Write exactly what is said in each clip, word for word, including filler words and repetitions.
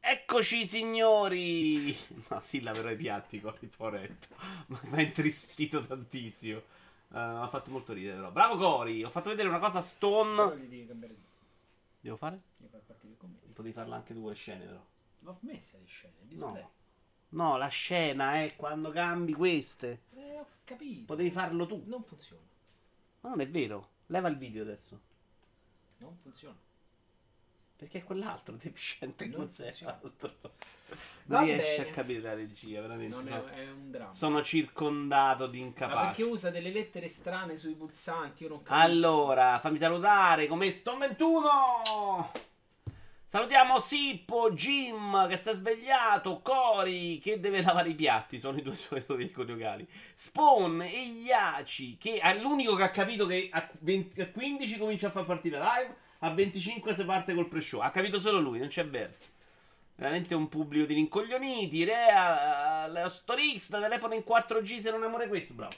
Eccoci signori. No, sì, laverò i piatti con il poretto. Mi ha intristito tantissimo. Uh, mi ha fatto molto ridere però. Bravo Cori, ho fatto vedere una cosa Stone. Però gli devi cambiare di... Devo fare? Devi far partire il commento. Potevi farla anche due scene però. L'ho messa di scene, il display. No. No, la scena è quando cambi queste. Eh, ho capito. Potevi farlo tu. Non funziona. Ma non è vero. Leva il video adesso. Non funziona. Perché è quell'altro deficiente che Non non sei funziona. altro. Va Non riesci bene. a capire la regia, veramente. Non sono, è, è un dramma. sono circondato di Ma incapaci. perché usa delle lettere strane sui pulsanti? Io non capisco. Allora, fammi salutare come sto ventuno. Salutiamo Sippo, Jim che si è svegliato, Cori che deve lavare i piatti, sono i due suoi coniugali. Spawn e Iaci che è l'unico che ha capito che a, venti, a quindici comincia a far partire la live, a venticinque si parte col pre-show. Ha capito solo lui, non c'è verso. Veramente un pubblico di rincoglioniti. Rea, la storista, telefono in quattro G se non amore questo, bravo.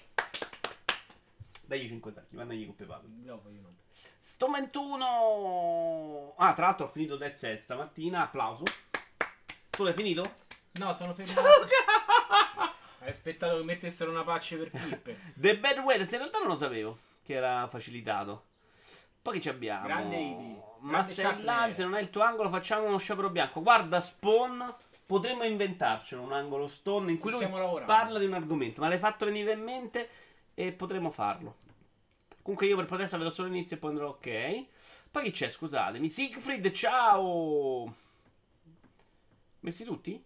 Dagli cinque sacchi, mandagli coppe palle. No, io non. Sto ventuno. Ah, tra l'altro ho finito Dead Cell stamattina. Applauso. Tu l'hai finito? No, sono fermato. Hai aspettato che mettessero una patch per pippe. The Bad Weather, in realtà non lo sapevo che era facilitato. Poi che ci abbiamo? Grande Idi. Ma Grande se in Sharpner. live, se non è il tuo angolo, facciamo uno sciopero bianco. Guarda, Spawn, potremmo inventarcelo un angolo Stone in cui Ci lui stiamo lavorando. parla di un argomento. Ma l'hai fatto venire in mente e potremmo farlo. Comunque io per protesta vedo solo l'inizio e poi andrò ok. Poi chi c'è, scusatemi? Siegfried, ciao! Messi tutti?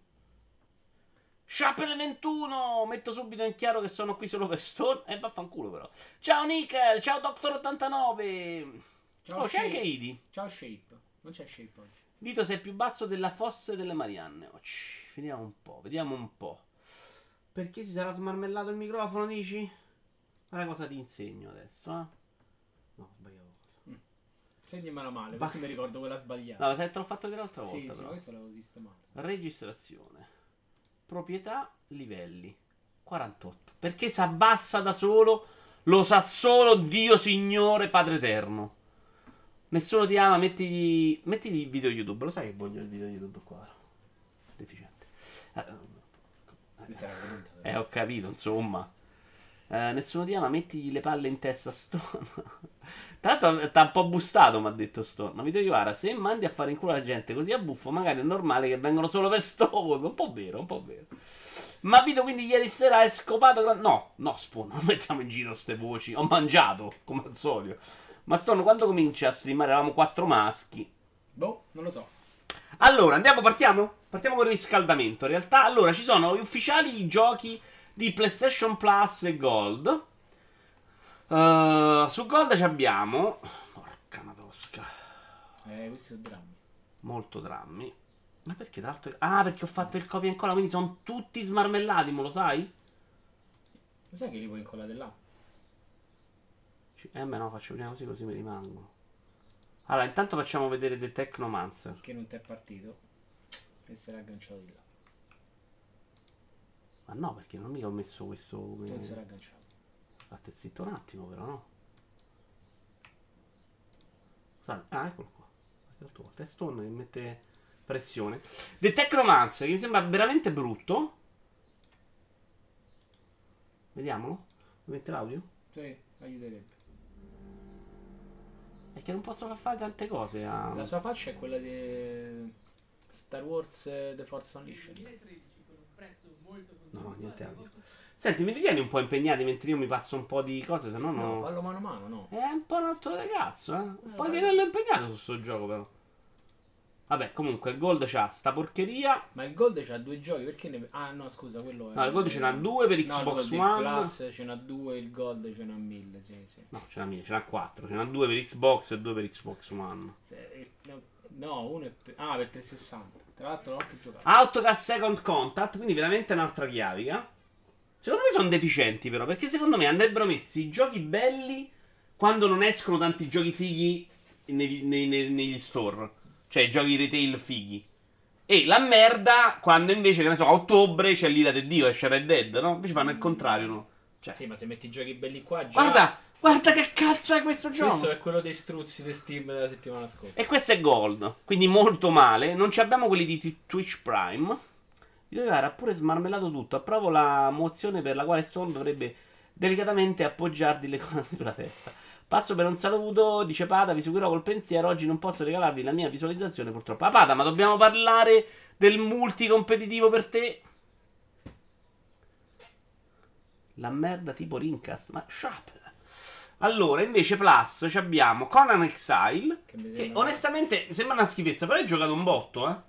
Sharpner ventuno! Metto subito in chiaro che sono qui solo per Stone. E eh, vaffanculo però. Ciao Nickel, ciao Doctor ottantanove. Ciao, Oh, c'è Shape. anche Idi. Ciao Shape. Non c'è Shape oggi. Vito sei più basso della fosse delle Marianne. Oh, cì, vediamo un po', vediamo un po'. Perché si sarà smarmellato il microfono, dici? Guarda cosa ti insegno adesso, eh? No, ho sbagliato cosa. Segnamela male, Ba- così mi ricordo quella sbagliata. No, te l'ho fatto vedere l'altra volta, sì, sì, però. ma questo l'avevo sistemato. Registrazione. Proprietà, livelli. quarantotto. Perché si abbassa da solo? Lo sa solo Dio Signore Padre Eterno. Nessuno ti ama, metti metti il video YouTube. Lo sai che voglio il video YouTube qua? Deficiente. Eh, Mi sarà venuta. eh, ho capito, insomma. Eh, nessuno ti ama, metti le palle in testa a Stone. Tra l'altro t'ha un po' bustato, mi ha detto Stone. Vito Iovara, se mandi a fare in culo la gente così a buffo, magari è normale che vengono solo per Stone. Un po' vero, un po' vero. Ma Vito quindi ieri sera è scopato gran... No, no Spawn, non mettiamo in giro ste voci. Ho mangiato, come al solito. Ma Stone, quando cominci a streamare? Eravamo quattro maschi. Boh, non lo so. Allora, andiamo, partiamo? Partiamo con il riscaldamento. In realtà, allora, ci sono gli ufficiali i giochi di PlayStation Plus e Gold. Uh, su Gold ci abbiamo... Porca madosca. Eh, questo è un dramma. Molto drammi. Ma perché tra l'altro... Ah, perché ho fatto il copia e incolla, quindi sono tutti smarmellati, mo lo sai? Lo sai che li puoi incollare là? Eh beh no, faccio prima così così mi rimango. Allora, intanto facciamo vedere The Technomancer. Che non ti è partito. E si era agganciato di là. Ma no, perché non mica ho messo questo... come- Non si era agganciato. State zitto un attimo però, no? Sai- Ah, eccolo qua. Guarda il tuo Testone che mette pressione. The Technomancer, che mi sembra veramente brutto. Vediamolo. Mi mette l'audio? Sì, aiuterebbe. È che non posso far fare tante cose a... La sua faccia è quella di Star Wars eh, The Force Unleashed. No, no, niente audio. Senti, mi li tieni un po' impegnati mentre io mi passo un po' di cose, se no No, no... fallo mano a mano, no. È un po' un altro di cazzo, eh. Un Eh, po' vai. di tenerlo impegnato su sto gioco, però. Vabbè, comunque il Gold c'ha sta porcheria. Ma il Gold c'ha due giochi, perché ne... Ah no, scusa, quello è... No, il Gold ce n'ha due per No, Xbox il Gold One. Plus ce n'ha due, il Gold ce n'ha mille, sì, sì. No, ce n'ha mille, ce n'ha quattro. Ce n'ha due per Xbox e due per Xbox One. Se- no, No, uno è per... Ah, per trecentosessanta. Tra l'altro l'ho anche giocato. Outcast Second Contact, quindi veramente un'altra chiavica. Secondo me sono deficienti però, perché secondo me andrebbero messi i giochi belli quando non escono tanti giochi fighi nei- nei- nei- negli store. Cioè i giochi retail fighi. E la merda quando invece, che ne so, a ottobre c'è l'ira del Dio, esce Red Dead, no? Invece fanno il contrario, no? Cioè, Sì, ma se metti i giochi belli qua già... guarda, Guarda che cazzo è questo gioco. Questo è quello dei struzzi di Steam della settimana scorsa. E questo è Gold, quindi molto male. Non ci abbiamo quelli di T- Twitch Prime. Videogare ha pure smarmellato tutto. Approvo la mozione per la quale Stone dovrebbe delicatamente appoggiarti le cose sulla testa. Passo per un saluto, dice Pada, vi seguirò col pensiero. Oggi non posso regalarvi la mia visualizzazione purtroppo. Ah, Pada, ma dobbiamo parlare del multicompetitivo per te? La merda tipo Rincast. Ma sharp. Allora, invece, Plus ci abbiamo Conan Exile. Che, che onestamente sembra una schifezza, però hai giocato un botto, eh.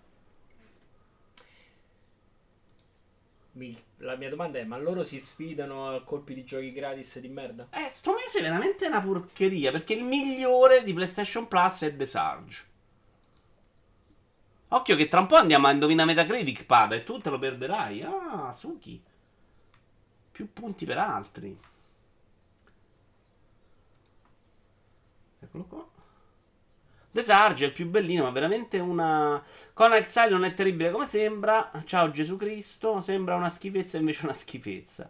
Mi, la mia domanda è: ma loro si sfidano a colpi di giochi gratis di merda? Eh, sto mese è veramente una porcheria. Perché il migliore di PlayStation Plus è The Surge. Occhio che tra un po' andiamo a indovina Metacritic, Pada, e tu te lo perderai. Ah, Suki. Più punti per altri. Eccolo qua. The Surge è il più bellino, ma veramente una... Conan Exile non è terribile come sembra. Ciao Gesù Cristo. Sembra una schifezza, invece una schifezza.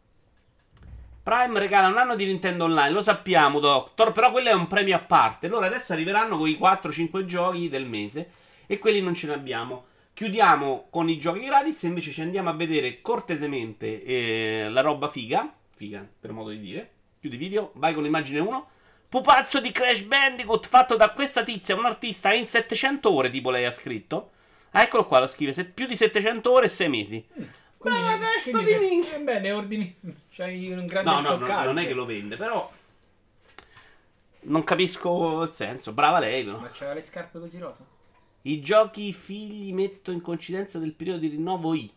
Prime regala un anno di Nintendo Online. Lo sappiamo, Doctor. Però quello è un premio a parte. Loro adesso arriveranno con i quattro cinque giochi del mese. E quelli non ce ne abbiamo. Chiudiamo con i giochi gratis. E invece ci andiamo a vedere cortesemente eh, la roba figa. Figa, per modo di dire. Chiudi video. Vai con l'immagine uno. Pupazzo di Crash Bandicoot fatto da questa tizia, un artista in settecento ore, tipo lei ha scritto. Ah, eccolo qua, lo scrive, se, più di settecento ore e sei mesi. Mm, brava testa di minchia. Eh beh, ne ordini, c'hai un grande no, no, stoccaggio. No, non è che lo vende, però non capisco il senso. Brava lei, però. Ma c'aveva le scarpe così rosa? I giochi figli metto in coincidenza del periodo di rinnovo I.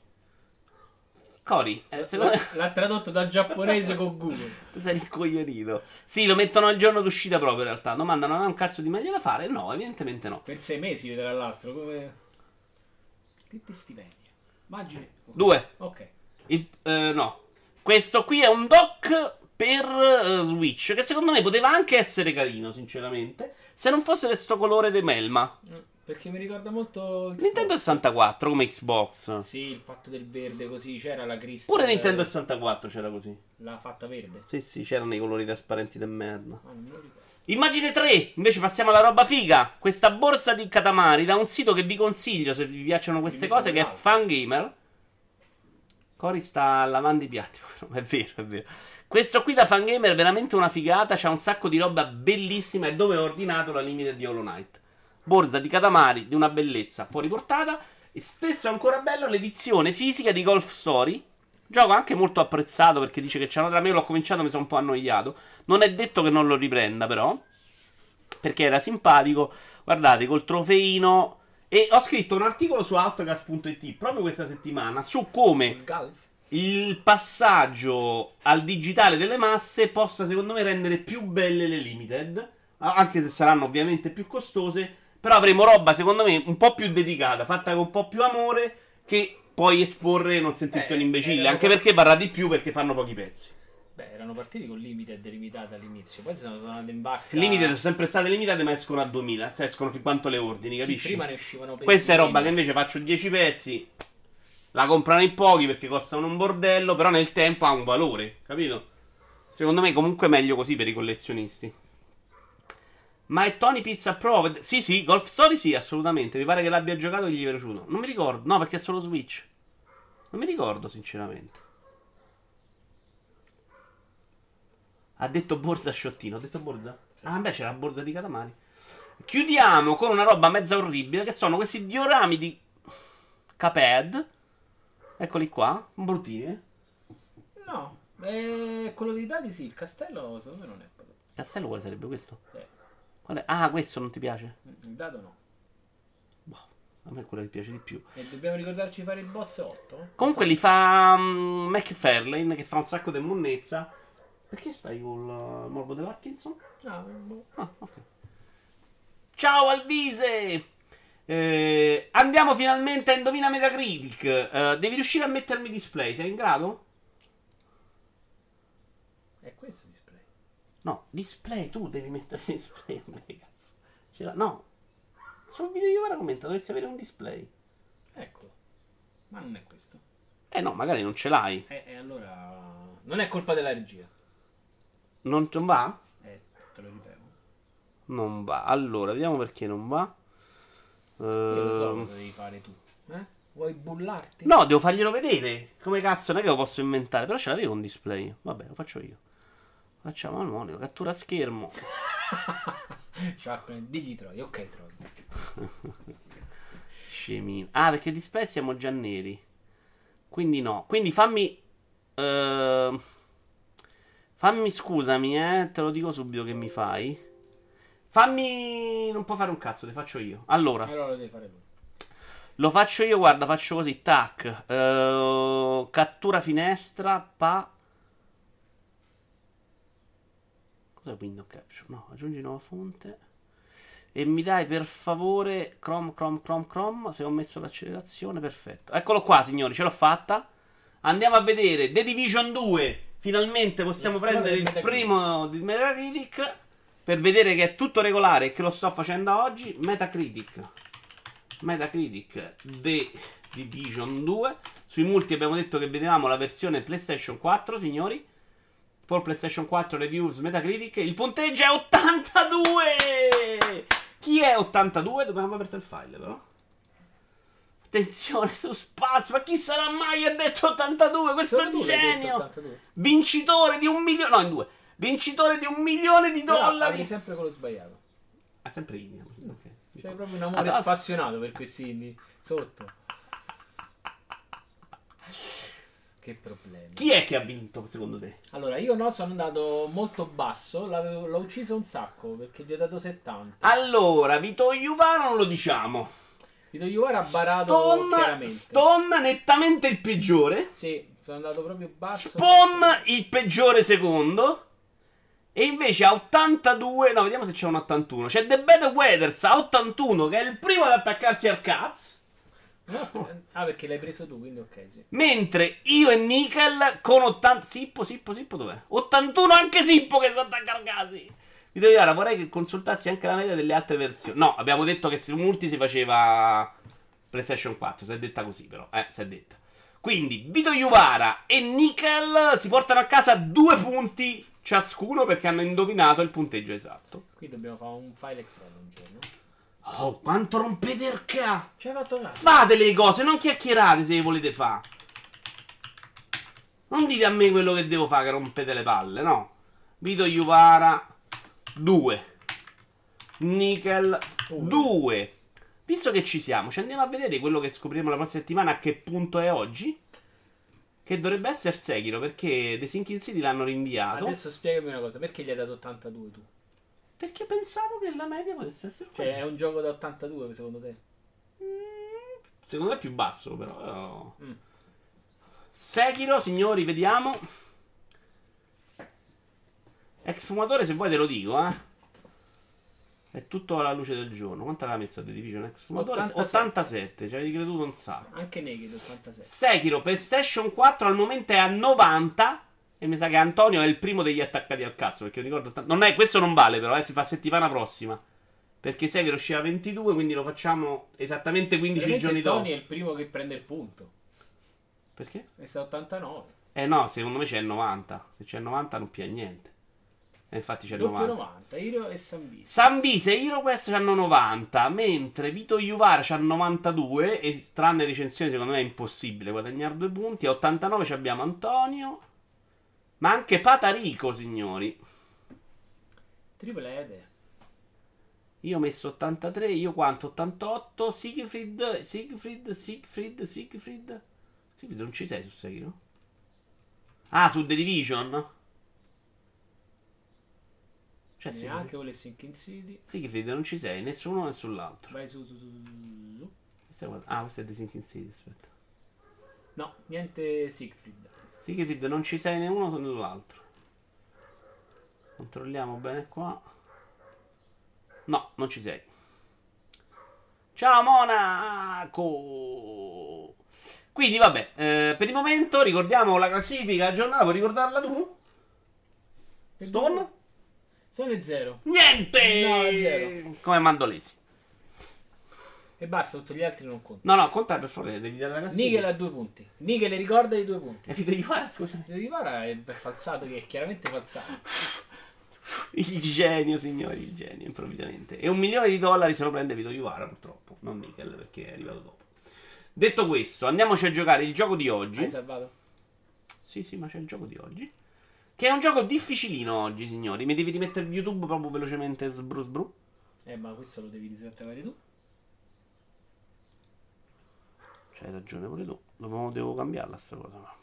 Cori, eh, secondo me... l'ha tradotto dal giapponese con Google. Tu sei incoglionito. Sì, lo mettono il giorno d'uscita proprio in realtà. Domandano, non ha un cazzo di meglio da fare? No, evidentemente no. Per sei mesi, tra l'altro, come... Che ti stipendio? Immagini. Due. Ok. Il, eh, no. Questo qui è un dock per uh, Switch, che secondo me poteva anche essere carino, sinceramente, se non fosse di sto colore di melma. Mm. Perché mi ricorda molto Xbox. Nintendo sessantaquattro come Xbox. Sì, il fatto del verde così, c'era la crista. Pure Nintendo sessantaquattro c'era così. L'ha fatta verde. Sì, sì, c'erano i colori trasparenti del merda. Ah, non me lo ricordo. Immagine tre, invece passiamo alla roba figa. Questa borsa di Katamari da un sito che vi consiglio se vi piacciono queste cose, che è Fangamer. Cori sta lavando i piatti. È vero, è vero. Questo qui da Fangamer è veramente una figata, c'ha un sacco di roba bellissima e dove ho ordinato la Limited di Hollow Knight. Borsa di Katamari di una bellezza fuori portata. E stesso ancora bello l'edizione fisica di Golf Story. Gioco anche molto apprezzato perché dice che c'hanno tra me. L'ho cominciato, mi sono un po' annoiato. Non è detto che non lo riprenda però, perché era simpatico. Guardate, col trofeino. E ho scritto un articolo su Outcast punto it proprio questa settimana su come il passaggio al digitale delle masse possa secondo me rendere più belle le limited. Anche se saranno ovviamente più costose. Però avremo roba, secondo me, un po' più dedicata, fatta con un po' più amore, che puoi esporre e non sentirti eh, un imbecille. Eh, anche perché varrà di più perché fanno pochi pezzi. Beh, erano partiti con limited limitata all'inizio, poi si sono andati in bacca. Limited sono sempre state limitate, ma escono a duemila. Cioè, escono fin quanto le ordini, sì, capisci? prima ne uscivano pezzi. Questa è roba che invece faccio dieci pezzi, la comprano in pochi perché costano un bordello, però nel tempo ha un valore, capito? Secondo me comunque è meglio così per i collezionisti. Ma è Tony Pizza Pro? Sì, sì, Golf Story sì, assolutamente. Mi pare che l'abbia giocato e gli è piaciuto. Non mi ricordo, no, perché è solo Switch. Non mi ricordo, sinceramente. Ha detto borsa sciottino. Ho detto borsa? Sì. Ah, beh, c'era la borsa di Katamari. Chiudiamo con una roba mezza orribile, che sono questi diorami di Cuphead. Eccoli qua, bruttini, eh? No, eh, quello dei dadi sì, il castello secondo me non è proprio. Il castello quale sarebbe questo? Sì. Qual è? Ah, questo non ti piace? Il dado no. Boh, a me quello che piace di più. E dobbiamo ricordarci di fare il boss otto? Comunque li fa um, McFarlane, che fa un sacco di monnezza. Perché stai col uh, morbo di Parkinson? Ah, boh. Ah, ok. Ciao Alvise! Eh, andiamo finalmente a Indovina Metacritic. Eh, devi riuscire a mettermi display, sei in grado? È questo display? No, display, tu devi mettere display a me, cazzo. Ce l'ha, no. Sul video io ora commenta, dovresti avere un display. Eccolo. Ma non è questo. Eh no, magari non ce l'hai. E eh, eh, allora... non è colpa della regia. Non, non va? Eh, te lo ripeto. Non va. Allora, vediamo perché non va. Io lo so Ehm, cosa devi fare tu. Eh? Vuoi bullarti? No, devo farglielo vedere. Come cazzo, non è che lo posso inventare. Però ce l'avevo un display. Vabbè, lo faccio io. Facciamo al monaco. Cattura schermo. Sharpner, digli Troy. Ok, Troy. Scemino. Ah, perché display siamo già neri. Quindi no. Quindi fammi. ehm, fammi, scusami, eh. Te lo dico subito che mi fai. Fammi. Non può fare un cazzo, te faccio io. Allora. Allora lo devi fare tu. Lo faccio io, guarda, faccio così, tac, eh, cattura finestra, pa. Cos'è window capture? No, aggiungi nuova fonte. E mi dai per favore Chrome, Chrome, Chrome, Chrome, se ho messo l'accelerazione, perfetto. Eccolo qua, signori, ce l'ho fatta. Andiamo a vedere The Division due. Finalmente possiamo Lo score prendere del il Metacritic. primo di Metacritic per vedere che è tutto regolare e che lo sto facendo oggi. Metacritic. Metacritic The Division due. Sui multi abbiamo detto che vedevamo la versione PlayStation quattro, signori. For PlayStation quattro Reviews Metacritic. Il punteggio è ottantadue. Chi è ottantadue? Dobbiamo aprire il file, però. Attenzione, suspense. Ma chi sarà mai ha detto ottantadue? Questo Solo è tu un l'hai detto genio. ottantadue. Vincitore di un milione. No, in due. Vincitore di un milione di Però dollari. apri sempre quello sbagliato. Ah, sempre India. Ok. C'hai proprio un amore Ah, spassionato per questi indie. Sotto. Che problemi. Chi è che ha vinto, secondo te? Allora, io no, sono andato molto basso. L'avevo, l'ho ucciso un sacco perché gli ho dato settanta. Allora, Vito Iuvara non lo diciamo. Vito Iuvara ha barato Stone, chiaramente. Stone nettamente il peggiore. Sì, sono andato proprio basso. Spawn il peggiore secondo. E invece a ottantadue. No, vediamo se c'è un ottantuno. C'è The Bad Weathers a ottantuno, che è il primo ad attaccarsi al cazzo. No, ah, perché l'hai preso tu, quindi ok, sì. Mentre io e Nickel con ottanta. Sippo, Sippo, Sippo dov'è? ottantuno anche Sippo che si attacca al casi. Vito Iuvara, vorrei che consultassi anche la media delle altre versioni. No, abbiamo detto che su multi si faceva PlayStation quattro. Si è detta così, però. Eh, si è detta. Quindi Vito Iuvara e Nickel si portano a casa due punti ciascuno perché hanno indovinato il punteggio esatto. Qui dobbiamo fare un file Excel un giorno. Oh, quanto rompete il ca... Ci hai fatto caso? Fate le cose, non chiacchierate se le volete fare. Non dite a me quello che devo fare, che rompete le palle, no. Vito Iuvara due. Nickel due. Visto che ci siamo, ci andiamo a vedere quello che scopriremo la prossima settimana a che punto è oggi. Che dovrebbe essere Sekiro, perché The Sinking City l'hanno rinviato. Adesso spiegami una cosa, perché gli hai dato ottantadue tu? Perché pensavo che la media potesse essere Cioè, quella. è un gioco da ottantadue secondo te? Mm, secondo me è più basso, però. Mm. Sekiro, signori, vediamo. Ex fumatore, se vuoi te lo dico, eh. È tutto alla luce del giorno. Quanto aveva messo The Division ex fumatore? ottantasette. ottantasette, ci avete creduto un sacco. Anche Naked ottantasette. Sekiro PlayStation quattro al momento è a novanta. E mi sa che Antonio è il primo degli attaccati al cazzo. Perché ricordo. Non è, questo non vale, però, eh, si fa settimana prossima. Perché Sekiro uscirà ventidue, quindi lo facciamo esattamente quindici Veramente giorni dopo. Tony è il primo che prende il punto. Perché? E sta a ottantanove. Eh no, secondo me c'è il novanta. Se c'è il novanta non più è niente. E infatti c'è il Doppio novanta. novanta, Hiro e Sambisi. Sambise e HeroQuest hanno novanta, mentre Vito Iuvara c'ha novantadue e tranne recensioni secondo me è impossibile guadagnare due punti. A ottantanove ci abbiamo Antonio, ma anche Patarico, signori. Triple Ede. Io ho messo ottantatré, io quanto? ottantotto, Siegfried, Siegfried, Siegfried, Siegfried. Siegfried non ci sei su Sekiro? Ah, su The Division? Cioè, Neanche con le Sinking City. Siegfried non ci sei, nessuno né sull'altro. Vai su, su, su, su, su. Ah, questo è The Sinking City, aspetta. No, niente Siegfried. Siegfried non ci sei né uno né l'altro. Controlliamo bene qua. No, non ci sei. Ciao Monaco. Quindi vabbè, eh, per il momento ricordiamo la classifica aggiornata. Vuoi ricordarla tu? Stone? Sono zero. Niente! No, zero. Come Mandolesi. E basta, tutti gli altri non contano. No, no, conta per favore, devi dare la classifica. Nigel ha due punti. Nigel ricorda i due punti. E Vito Iuvara, scusa. Vito Iuvara è per falsato, che è chiaramente falsato. Il genio, signori, il genio, improvvisamente. E un milione di dollari se lo prende Vito Iuvara, purtroppo. Non Nickel, perché è arrivato dopo. Detto questo, andiamoci a giocare il gioco di oggi. Hai salvato? Sì, sì, ma c'è il gioco di oggi. Che è un gioco difficilino oggi, signori. Mi devi rimettere YouTube proprio velocemente, sbru sbru. Eh, ma questo lo devi disattivare tu. C'hai ragione pure tu. Devo, devo cambiarla sta cosa.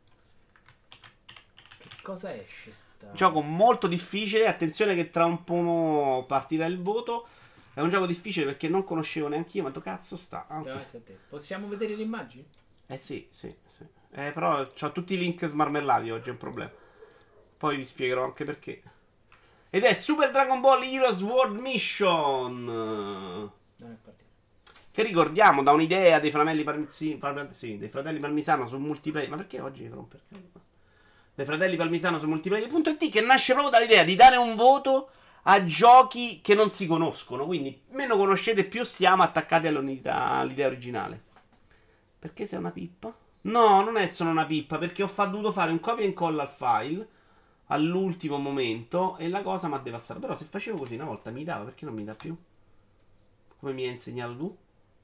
Che cosa esce sta? Gioco molto difficile. Attenzione che tra un po' partirà il voto. È un gioco difficile perché non conoscevo neanche io. Ma tu cazzo sta? Ah, okay. Davanti a te. Possiamo vedere le immagini? Eh sì, sì, sì. Eh, però ho tutti i link smarmellati oggi, è un problema. Poi vi spiegherò anche perché. Ed è Super Dragon Ball Heroes World Mission. Non è partito. Che ricordiamo da un'idea dei fratelli Parmisano, sì, dei fratelli Parmisano su multiplayer. Ma perché oggi mi rompe? Dei fratelli Parmisano su multiplayer.it, che nasce proprio dall'idea di dare un voto a giochi che non si conoscono. Quindi meno conoscete, più siamo attaccati all'idea originale. Perché sei una pippa? No, non è solo una pippa, perché ho fa- dovuto fare un copia e incolla al file all'ultimo momento e la cosa mi ha devastato. Però se facevo così una volta mi dava, perché non mi dà più? Come mi hai insegnato tu?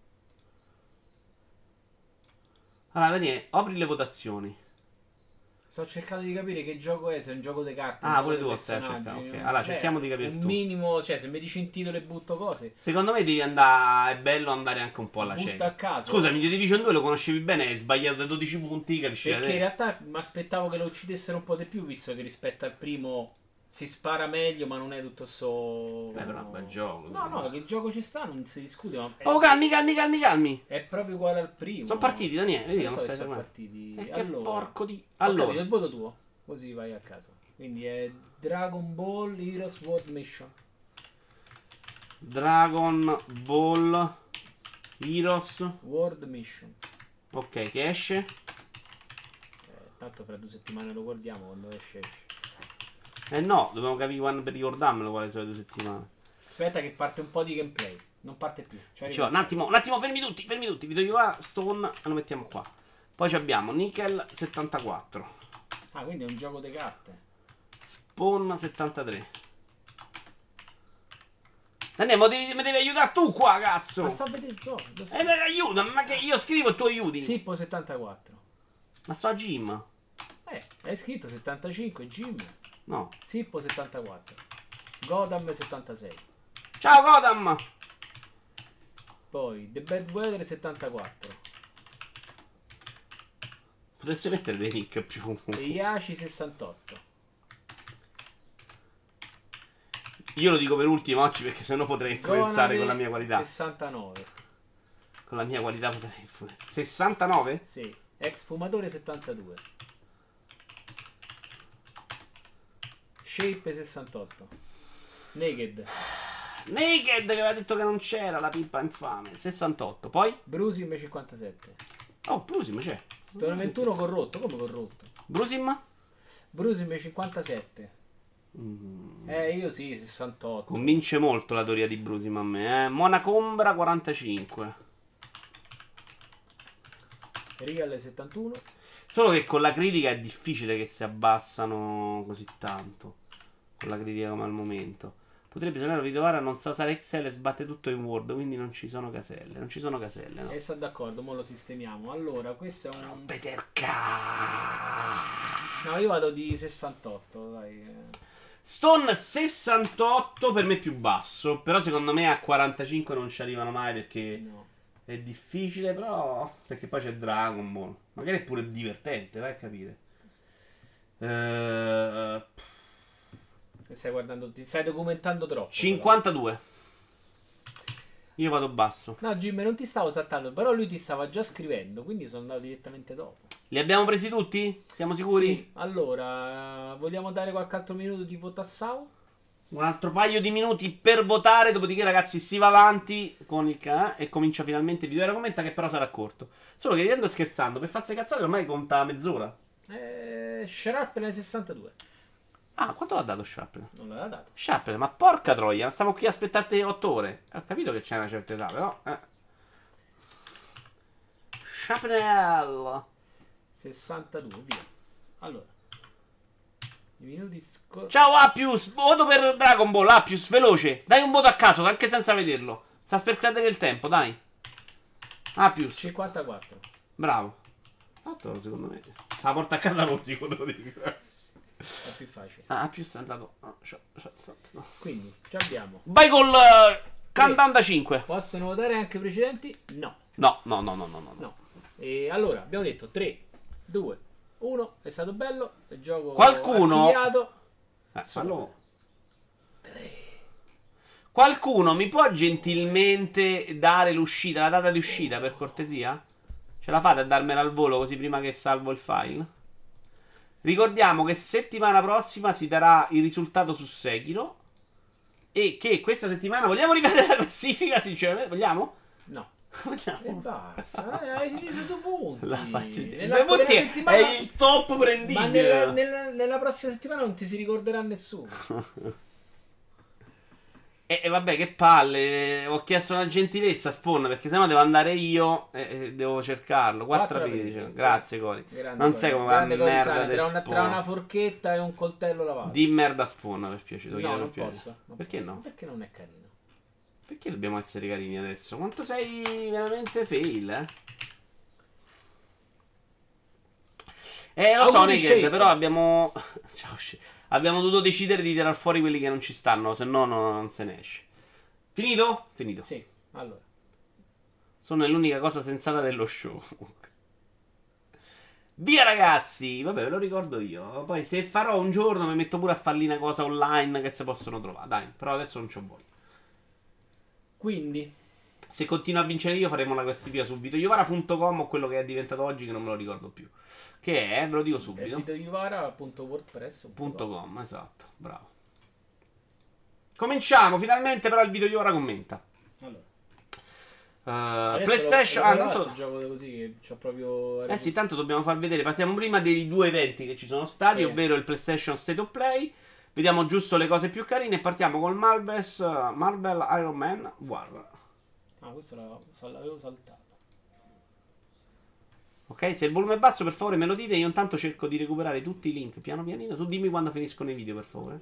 Allora, Daniele, apri le votazioni. Sto cercando di capire che gioco è, se è un gioco di carte. Ah, un pure gioco tu di stai a personaggi. cercare, ok. Allora, Beh, cerchiamo di capire un tu. minimo, cioè se mi dici in titolo e butto cose. Secondo me devi andare. È bello andare anche un po' alla Butta cieca. a caso. Scusami, The Division due lo conoscevi bene, hai sbagliato da dodici punti, capisci? Perché in realtà mi aspettavo che lo uccidessero un po' di più, visto che rispetto al primo si spara meglio, ma non è tutto so. Eh, però è un bel gioco. No, no, che il gioco ci sta, non si discute. Ma è, Oh, calmi, calmi, calmi, calmi. è proprio uguale al primo. Sono partiti, Daniele. Vedi che Non non so se stai sono fermando. partiti. Eh, che Allora, porco di. ho Allora, capito, il voto tuo. Così vai a caso. Quindi è Dragon Ball Heroes World Mission. Dragon Ball Heroes. World Mission. Ok, che esce? Eh, tanto fra due settimane lo guardiamo quando esce esce. Eh no, dobbiamo capire quando per ricordarmelo quale sono le due settimane. Aspetta che parte un po' di gameplay. Non parte più. Cioè, Cioè, un attimo, un attimo, fermi tutti, fermi tutti. Vi do qua Stone e lo mettiamo qua. Poi ci abbiamo Nickel settantaquattro. Ah, quindi è un gioco di carte. Spawn settantatré. Andiamo, devi, mi devi aiutare tu qua, cazzo. Ma sto a vedere il gioco. Eh, ma aiuta, ma che io scrivo e tu aiuti. Sippo settantaquattro. Ma sto a Jim. Eh, hai scritto settantacinque, Jim. No. Sippo settantaquattro. Godam settantasei. Ciao, Godam. Poi The Bad Weather settantaquattro. Potresti mettere dei nick più. E Yashi sessantotto. Io lo dico per ultimo oggi perché sennò potrei influenzare Zonami con la mia qualità. sessantanove. Con la mia qualità potrei influenzare. sessantanove? Sì. Ex fumatore settantadue. Shape sessantotto. Naked. Naked che aveva detto che non c'era la pippa infame. sessantotto. Poi? Brusim cinquantasette. Oh, Brusim c'è. Stone ventuno corrotto. Come corrotto? Brusim? Brusim cinquantasette. Mm. Eh, io sì, sessantotto. Convince molto la teoria di Brusim a me, eh. Monacombra quarantacinque. Real settantuno. Solo che con la critica è difficile che si abbassano così tanto. Con la critica come al momento. Potrebbe sembrare Vidovara non sa usare Excel e sbatte tutto in Word, quindi non ci sono caselle. Non ci sono caselle, no? E sono d'accordo, mo lo sistemiamo. Allora, questo è un... Peterca. No, io vado di sessantotto, dai. Stone sessantotto per me più basso. Però secondo me a quarantacinque non ci arrivano mai perché No. è difficile, però. Perché poi c'è Dragon Ball. Magari è pure divertente, vai a capire. Ehm... Stai guardando, ti stai documentando troppo. cinquantadue. Io vado basso. Però. No, Jim, non ti stavo saltando, però lui ti stava già scrivendo, quindi sono andato direttamente dopo. Li abbiamo presi tutti? Siamo sicuri? Sì, allora, vogliamo dare qualche altro minuto di voto a Sau? Un altro paio di minuti per votare. Dopodiché, ragazzi, si va avanti con il canale e comincia finalmente il video della commenta, che però sarà corto. Solo che ridendo e scherzando, per farsi cazzate ormai conta mezz'ora. Eh, Sharp sessantadue. Ah, quanto l'ha dato Sharpner? Non l'aveva dato. Sharpner, ma porca troia, stiamo qui a aspettate otto ore. Ho capito che c'è una certa età, però. Eh. Sharpner. sessantadue, via. Allora. I minuti scorsi. Ciao Appius, voto per Dragon Ball. Appius, veloce. Dai un voto a caso, anche senza vederlo. Sta per perdere il tempo, dai. Appius. cinquantaquattro. Bravo. Fatto, secondo me. Se la porta a casa rosico, te lo dico. È più facile. Ah, Appius è andato. Ah, c'ho- c'ho- no. Quindi, ci abbiamo. Vai col uh, Countdown da cinque. Possono votare anche i precedenti? No. No, no, no, no, no, no. No. E allora, abbiamo detto tre, due, uno. È stato bello. Il gioco Qualcuno- archiviato. Eh, fallo. Qualcuno mi può gentilmente dare l'uscita, la data di uscita per cortesia? Ce la fate a darmela al volo così prima che salvo il file? Ricordiamo che settimana prossima si darà il risultato su Sekiro. E che questa settimana vogliamo rivedere la classifica, sinceramente? Vogliamo? No. Vogliamo? E basta. Eh, hai diviso due punti. La faccio Nell'arco Due della punti settimana- è il top Ma prendibile. nella, nella- nella prossima settimana non ti si ricorderà nessuno. E, e vabbè, che palle. Ho chiesto una gentilezza a Spawn perché sennò devo andare io e, e devo cercarlo. quattro Quattro aprile. aprile. Grazie, Cori. Grande Non Cori. sai come va Grande Cori merda Sane, del tra, una, tra Spawn. una forchetta e un coltello lavato. Di merda Spawn, per piacere. no, non posso. non Perché posso. no? Perché non è carino. Perché dobbiamo essere carini adesso? Quanto sei veramente fail, eh? Eh, lo so, Auguri, Naked, Shape. però abbiamo... Ciao, Shape. Abbiamo dovuto decidere di tirar fuori quelli che non ci stanno, se no no- non se ne esce. Finito? Finito. Sì, allora. Sono l'unica cosa sensata dello show. Via ragazzi! Vabbè, ve lo ricordo io. Poi se farò un giorno mi metto pure a farli una cosa online che si possono trovare. Dai, però adesso non c'ho voglia. Quindi, Se continuo a vincere io faremo una classifica su videoiovara punto com o quello che è diventato oggi che non me lo ricordo più. Che è, ve lo dico subito. videoivara punto wordpress punto com. .com, esatto, bravo. Cominciamo, finalmente però il videoiovara commenta. Allora. Uh, Adesso PlayStation... lo, Ah, lo tanto... sto gioco così che c'ho proprio. Eh sì, tanto dobbiamo far vedere. Partiamo prima dei due eventi che ci sono stati, Sì. ovvero il PlayStation State of Play. Vediamo giusto le cose più carine e partiamo col Marvel's, uh, Marvel Iron Man War. Ah, questo l'avevo, l'avevo saltato. Ok, se il volume è basso per favore me lo dite. Io intanto cerco di recuperare tutti i link piano pianino. Tu dimmi quando finiscono i video per favore.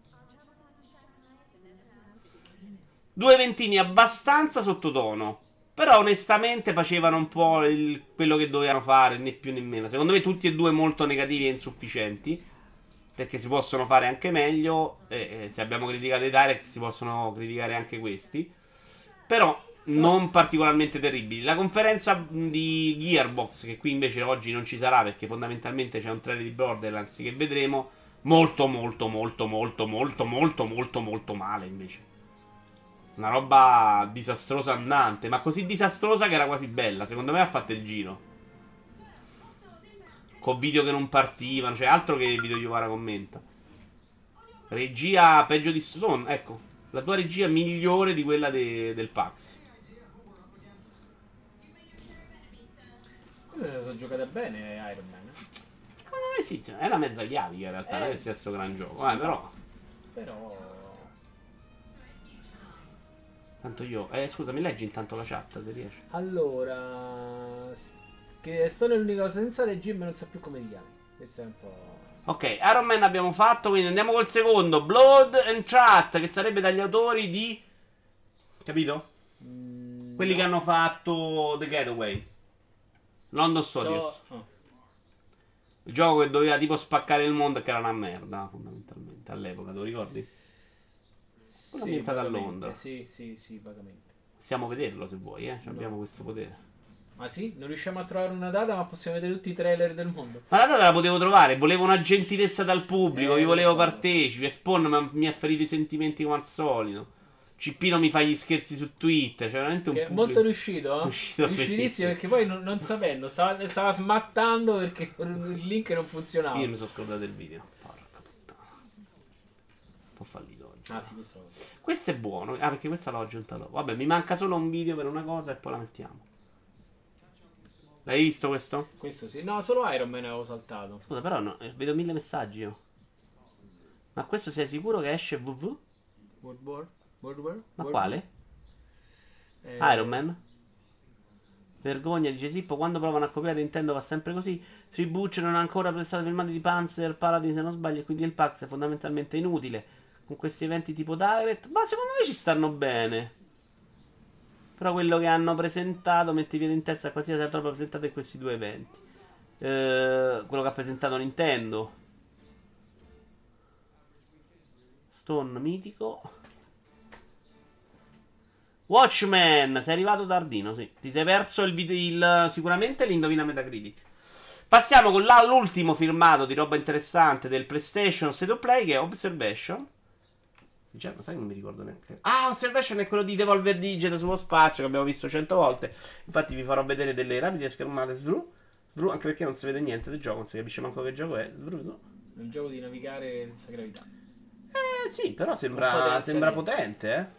Due eventini abbastanza sottotono. Però onestamente facevano un po' il- quello che dovevano fare, né più né meno. Secondo me tutti e due molto negativi e insufficienti. Perché si possono fare anche meglio. E, e se abbiamo criticato i Direct si possono criticare anche questi. Però non particolarmente terribili. La conferenza mh, di Gearbox, che qui invece oggi non ci sarà perché fondamentalmente c'è un trailer di Borderlands che vedremo, molto molto molto molto molto molto molto molto male invece. Una roba disastrosa andante, ma così disastrosa che era quasi bella. Secondo me ha fatto il giro. Con video che non partivano, cioè altro che video Iovara commenta. Regia peggio di Stone, ecco. La tua regia migliore di quella de- del PAX. Queste sono giocate bene Iron Man. Secondo me sì, è una mezza chiavica in realtà, Eh. non è il stesso gran gioco. Eh, però. Però. Tanto io. Eh, scusa, mi leggi intanto la chat se riesci. Allora. s- Che sono l'unica cosa senza regime non so più come ti chiami. Questo è un po'. Ok, Iron Man abbiamo fatto, quindi andiamo col secondo. Blood and Chat, che sarebbe dagli autori di. Capito? Mm, Quelli no. che hanno fatto The Getaway. London Studios. So- oh. Il gioco che doveva tipo spaccare il mondo e che era una merda, fondamentalmente, all'epoca, te lo ricordi? Quello Sì, ambientato a vagamente, Londra. Sì, sì, sì, vagamente. Possiamo vederlo se vuoi, eh? Cioè, No. abbiamo questo potere. Ah sì? Non riusciamo a trovare una data, ma possiamo vedere tutti i trailer del mondo. Ma la data la potevo trovare, volevo una gentilezza dal pubblico, Eh, vi lo volevo so, partecipi, e Spawn mi- mi ha ferito i sentimenti come al solito. Cippino mi fa gli scherzi su Twitter, cioè veramente un Che è pubblico... molto riuscito, eh? Riuscito Riuscitissimo benissimo. perché poi non, non sapendo, stava, stava smattando perché il link non funzionava. Io mi sono scordato il video. Porca puttana. Un po' fallito oggi. Ah sì, questo lo so. Questo è buono. Ah, perché questa l'ho aggiunta dopo. Vabbè, mi manca solo un video per una cosa e poi la mettiamo. L'hai visto questo? Questo sì. No, solo Iron Man avevo saltato. Scusa, però no, eh, vedo mille messaggi io. Ma questo sei sicuro che esce W W? World War? World War? Ma World quale? War? Eh, Iron Man? Vergogna, dice Sippo, quando provano a copiare Nintendo va sempre così. Tribucci non ha ancora prestato filmati di Panzer Paladin se non sbaglio, e quindi il Pax è fondamentalmente inutile con questi eventi tipo Direct. Ma secondo me ci stanno bene. Però quello che hanno presentato mette i piedi in testa a qualsiasi altra roba presentata in questi due eventi. Eh, quello che ha presentato Nintendo. Stone mitico. Watchmen, sei arrivato tardino, sì. Ti sei perso il video, il, sicuramente l'indovina Metacritic. Passiamo con la, l'ultimo firmato di roba interessante del PlayStation State of Play, che è Observation. Cioè, ma sai che non mi ricordo neanche. Ah, Observation è quello di Devolver Digital sullo spazio, che abbiamo visto cento volte. Infatti vi farò vedere delle rapide schermate svru. Svru, anche perché non si vede niente del gioco, non si capisce manco che gioco è. Svru, svru. È un gioco di navigare senza gravità. Eh sì, però sembra, sembra potente, eh.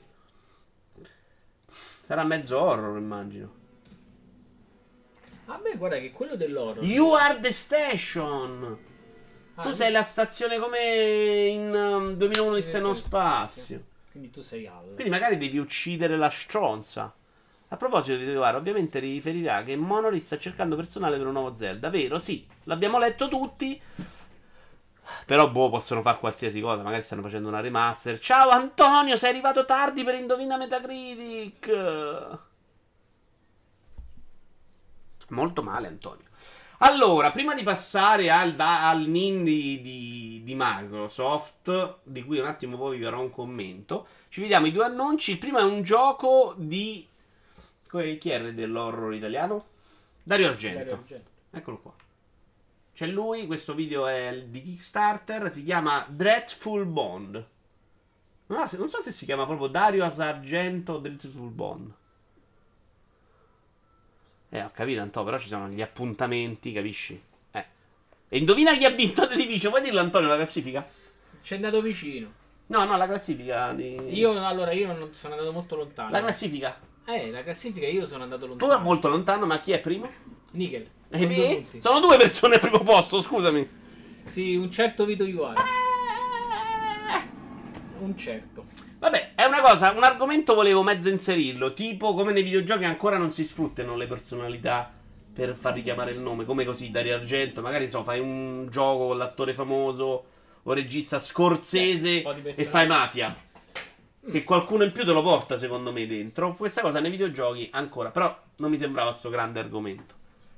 Sarà mezzo horror, immagino. A me guarda che quello dell'horror. You are the station. Ah, tu no. sei la stazione come in um, duemilauno di Sì, non sì, spazio. Quindi tu sei Al. Quindi magari devi uccidere la stronza. A proposito di Devar, ovviamente riferirà che Monolith sta cercando personale per un nuovo Zelda. Vero? Sì, l'abbiamo letto tutti. Però boh, possono fare qualsiasi cosa. Magari stanno facendo una remaster. Ciao Antonio, sei arrivato tardi per Indovina Metacritic. Molto male Antonio. Allora, prima di passare al, da, al Nindie di, di Microsoft, di cui un attimo poi vi farò un commento, ci vediamo i due annunci. Il primo è un gioco di... Chi è dell'horror italiano? Dario Argento. Dario Argento. Eccolo qua. C'è lui, questo video è di Kickstarter, si chiama Dreadful Bond. Non so se si chiama proprio Dario Argento Dreadful Bond. Eh, ho capito, Antonio, però ci sono gli appuntamenti, capisci? Eh. E indovina chi ha vinto The Division? Puoi dirlo, Antonio, la classifica? Ci è andato vicino. No, no, la classifica di... Io, allora, io non sono andato molto lontano. La classifica? Eh, la classifica io sono andato Tu lontano. da molto lontano, ma chi è primo? Nickel. Eh, Con due beh, punti. sono due persone al primo posto, scusami. Sì, un certo Vito Iuara. Un certo. Vabbè, è una cosa, un argomento volevo mezzo inserirlo. Tipo, come nei videogiochi ancora non si sfruttano le personalità per far richiamare il nome. Come così, Dario Argento. Magari, so, fai un gioco con l'attore famoso o regista Scorsese Sì, e fai Mafia. Che qualcuno in più te lo porta, secondo me, dentro. Questa cosa nei videogiochi ancora. Però non mi sembrava sto grande argomento.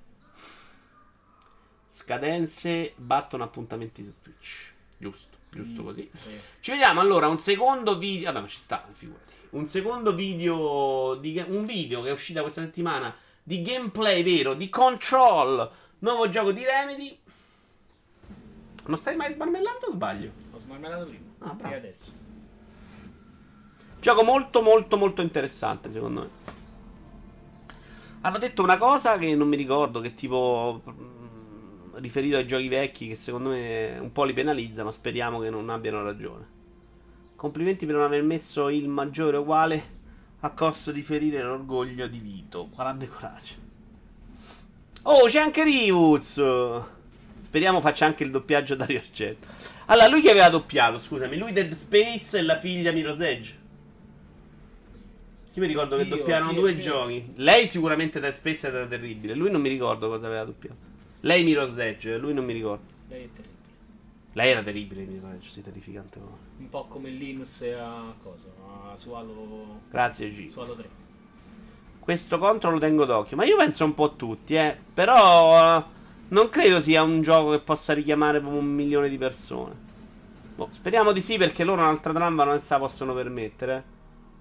Scadenze battono appuntamenti su Twitch. Giusto, giusto così. Sì. Ci vediamo allora un secondo video. Vabbè, ma ci sta, figurati. Un secondo video. Di... Un video che è uscita questa settimana di gameplay vero di Control. Nuovo gioco di Remedy. Non stai mai smarmellando o sbaglio? Ho smarmellato prima. Ah, bravo. E adesso. Gioco molto molto molto interessante secondo me. Hanno detto una cosa che non mi ricordo, che tipo mh, riferito ai giochi vecchi, che secondo me un po' li penalizza, ma speriamo che non abbiano ragione. Complimenti per non aver messo il maggiore uguale a costo di ferire l'orgoglio di Vito. Grande coraggio. Oh, c'è anche Rivuz. Speriamo faccia anche il doppiaggio Dario Argento. Allora, lui che aveva doppiato, scusami, lui Dead Space e la figlia Mirror's Edge. Io mi ricordo che Dio, doppiarono sì, due è vero. giochi. Lei sicuramente Dead Space era terribile. Lui non mi ricordo cosa aveva doppiato. Lei Mirror's Edge, lui non mi ricordo. Lei è terribile. Lei era terribile, Mirror's Edge, sì, terrificante. Un po' come Linus e a cosa? A su Halo. Grazie G. Su Halo tre. Questo contro lo tengo d'occhio. Ma io penso un po' tutti, eh. Però eh, non credo sia un gioco che possa richiamare proprio un milione di persone. Boh, speriamo di sì, perché loro un'altra tramba non se la possono permettere.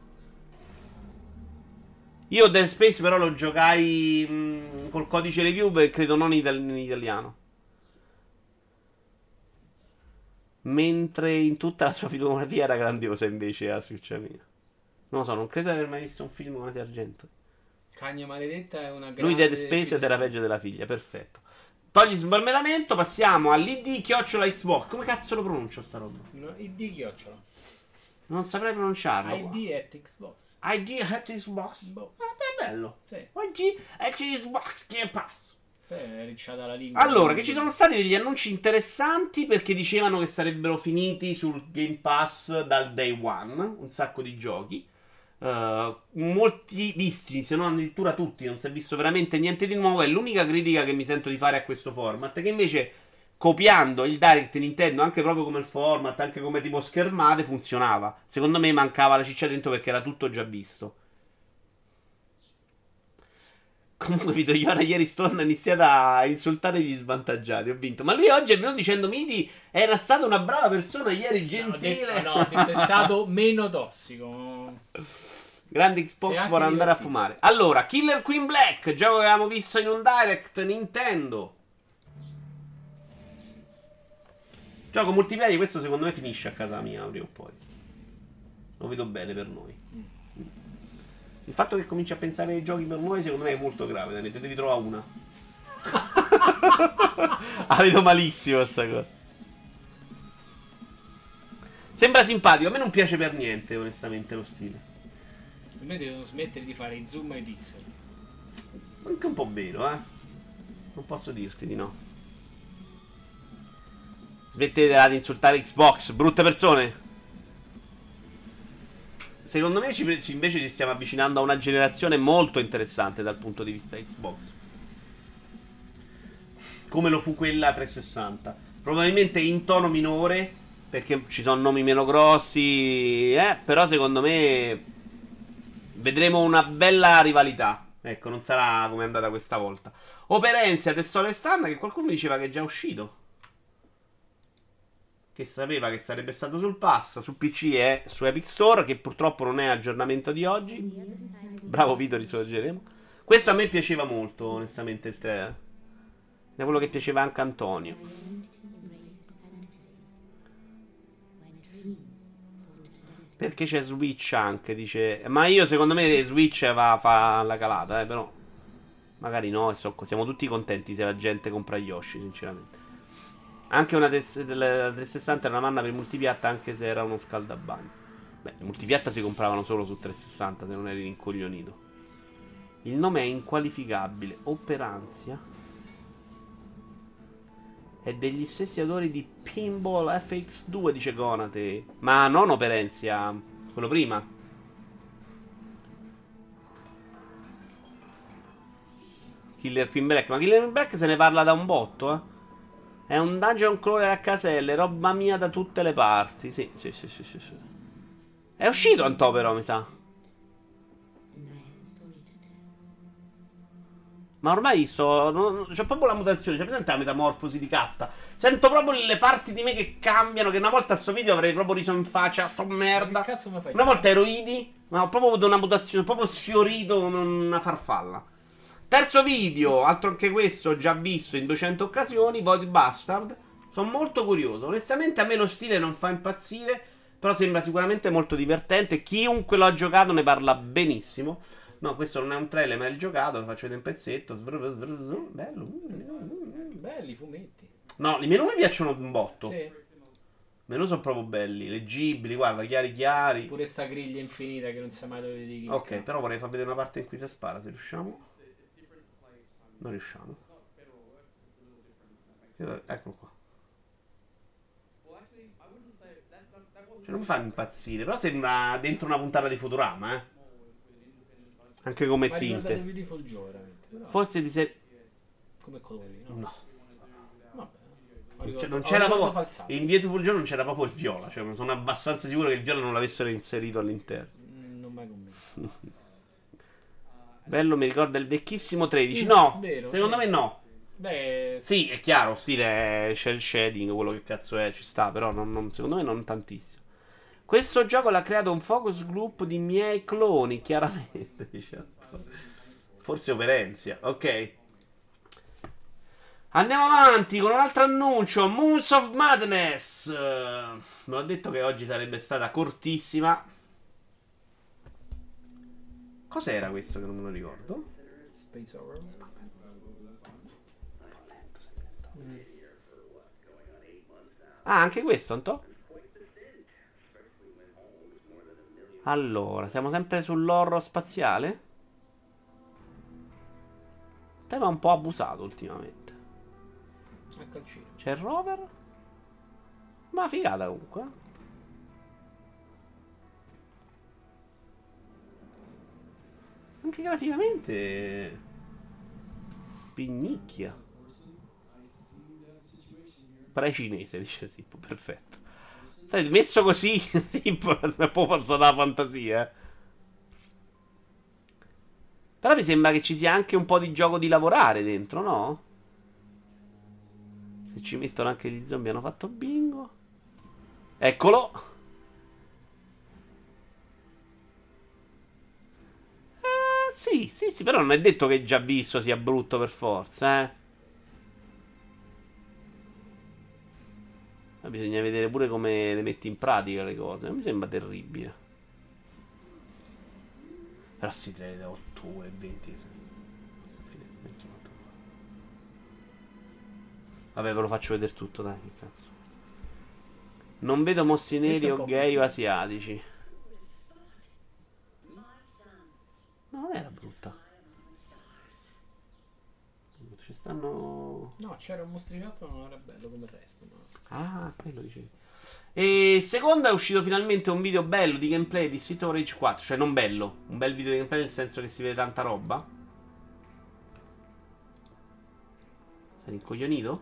Io Dead Space però lo giocai mh, col codice review e credo non in, itali- in italiano. Mentre in tutta la sua filmografia era grandiosa invece la Switch mia. Non lo so, non credo di aver mai visto un film con Dario Argento. Cagna maledetta è una grande. Lui Dead Space ed era peggio della figlia, perfetto. Togli sbalmelamento, passiamo all'I D chiocciola Xbox. Come cazzo lo pronuncio sta roba? No, I D chiocciola. Non saprei pronunciarlo. I D at Xbox. I D at Xbox. Boh. Ah, beh, bello. Sì. I D at Xbox Game Pass. Sì, è ricciata la lingua. Allora, che ci sono stati degli annunci interessanti perché dicevano che sarebbero finiti sul Game Pass dal day one, un sacco di giochi. Uh, molti visti, se non addirittura tutti, non si è visto veramente niente di nuovo. È l'unica critica che mi sento di fare a questo format. Che invece, copiando il Direct Nintendo, anche proprio come il format, anche come tipo schermate, funzionava. Secondo me mancava la ciccia dentro perché era tutto già visto. Comunque Vito Iona ieri Storm ha iniziato a insultare gli svantaggiati. Ho vinto. Ma lui oggi è venuto dicendo Midi era stata una brava persona ieri, gentile. No, ho detto, no, ho detto è stato meno tossico. Grande Xbox vuole andare a fumare. Allora, Killer Queen Black, gioco che avevamo visto in un Direct Nintendo. Gioco multiplayer, questo secondo me finisce a casa mia prima o poi. Lo vedo bene per noi. Il fatto che cominci a pensare ai giochi per noi secondo me è molto grave, Dani, te devi trovare una. La vedo malissimo questa cosa. Sembra simpatico, a me non piace per niente onestamente lo stile. Per me devono smettere di fare i zoom ai pixel. Anche un po' vero, eh. Non posso dirti di no. Smettetela di insultare Xbox, brutte persone. Secondo me ci, ci, invece ci stiamo avvicinando a una generazione molto interessante dal punto di vista Xbox. Come lo fu quella trecentosessanta. Probabilmente in tono minore, perché ci sono nomi meno grossi, eh, però secondo me vedremo una bella rivalità. Ecco, non sarà come è andata questa volta. Operenzia, Testole Stan, che qualcuno mi diceva che è già uscito. Che sapeva che sarebbe stato sul pass, su P C e su Epic Store, che purtroppo non è aggiornamento di oggi. Bravo Vito, risorgeremo. Questo a me piaceva molto, onestamente, il trailer. Era quello che piaceva anche a Antonio. Perché c'è Switch anche, dice. Ma io secondo me Switch va a fa la calata, eh, però. Magari no, e so, siamo tutti contenti se la gente compra Yoshi, sinceramente. Anche una trecentosessanta era una manna per multipiatta, anche se era uno scaldabagno. Beh, le multipiatta si compravano solo su trecentosessanta, se non eri rincoglionito. Il nome è inqualificabile. Operanzia è degli stessi autori di Pinball F X due, dice Conate. Ma non Operenzia, quello prima. Killer Queen Black. Ma Killer Queen Black se ne parla da un botto, eh. È un dungeon crawler a caselle, roba mia da tutte le parti. Sì, sì, sì, sì, sì, sì. È uscito Antò però, mi sa. Ma ormai so. Non, c'ho proprio la mutazione. C'è presente la metamorfosi di Katta? Sento proprio le parti di me che cambiano. Che una volta a sto video avrei proprio riso in faccia. Sto merda. Che cazzo mi fai? Una volta ero Idi, ma ho proprio avuto una mutazione. Proprio sfiorito come una farfalla. Terzo video, altro che questo, già visto in duecento occasioni, Void Bastard. Sono molto curioso. Onestamente a me lo stile non fa impazzire, però sembra sicuramente molto divertente. Chiunque lo ha giocato ne parla benissimo. No, questo non è un trailer, ma è il giocato. Lo faccio vedere un pezzetto. Svr, svr, svr, bello. Belli fumetti. No, i menù mi piacciono un botto. Sì. I menù sono proprio belli, leggibili, guarda, chiari chiari. Pure sta griglia infinita che non sa mai dove di cliccare. Ok, però vorrei far vedere una parte in cui si spara, se riusciamo. Non riusciamo. Eccolo qua. Cioè, non mi fa impazzire. Però sembra dentro una puntata di Futurama, eh. Anche come ma tinte. Beautiful Joe, veramente. Però... Forse di se... come colori, no? No. Vabbè. Ricordo, non c'era proprio falsato. In Beautiful Joe non c'era proprio il viola. Cioè, sono abbastanza sicuro che il viola non l'avessero inserito all'interno. Mm, non mai convinto. Bello, mi ricorda il vecchissimo tredici. No, vero, secondo sì. me no. Beh, sì, è chiaro, stile shell shading, quello che cazzo è, ci sta, però non, non, secondo me non tantissimo. Questo gioco l'ha creato un focus group di miei cloni, chiaramente. Forse Operenzia, ok. Andiamo avanti con un altro annuncio, Moons of Madness. Uh, mi ho detto che oggi sarebbe stata cortissima. Cos'era questo che non me lo ricordo? Space Horror. Ah, anche questo, Antò? Allora, siamo sempre sull'horror spaziale? Tema un po' abusato ultimamente. A calcino. C'è il rover? Ma figata comunque. anche graficamente spignicchia. Pre-cinese, dice Sippo, perfetto. Sai, messo così, Sippo, un po' passa dalla fantasia. Però mi sembra che ci sia anche un po' di gioco di lavorare dentro, no? Se ci mettono anche gli zombie hanno fatto bingo. Eccolo. Eh, sì, sì, sì, però non è detto che già visto sia brutto per forza, eh. Ma bisogna vedere pure come le metti in pratica le cose. Non mi sembra terribile. Però si tratta da otto ore e venti. Vabbè, ve lo faccio vedere tutto, dai, che cazzo. Non vedo mostri neri o gay o asiatici. No, non era brutta. Ci stanno... No, c'era un mostricato, non era bello come il resto. Ma... Ah, quello dicevi. E secondo è uscito finalmente un video bello di gameplay di Street of Rage quattro. Cioè non bello, un bel video di gameplay nel senso che si vede tanta roba. Sei rincoglionito?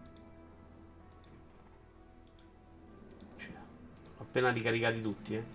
Cioè, ho appena ricaricati tutti, eh.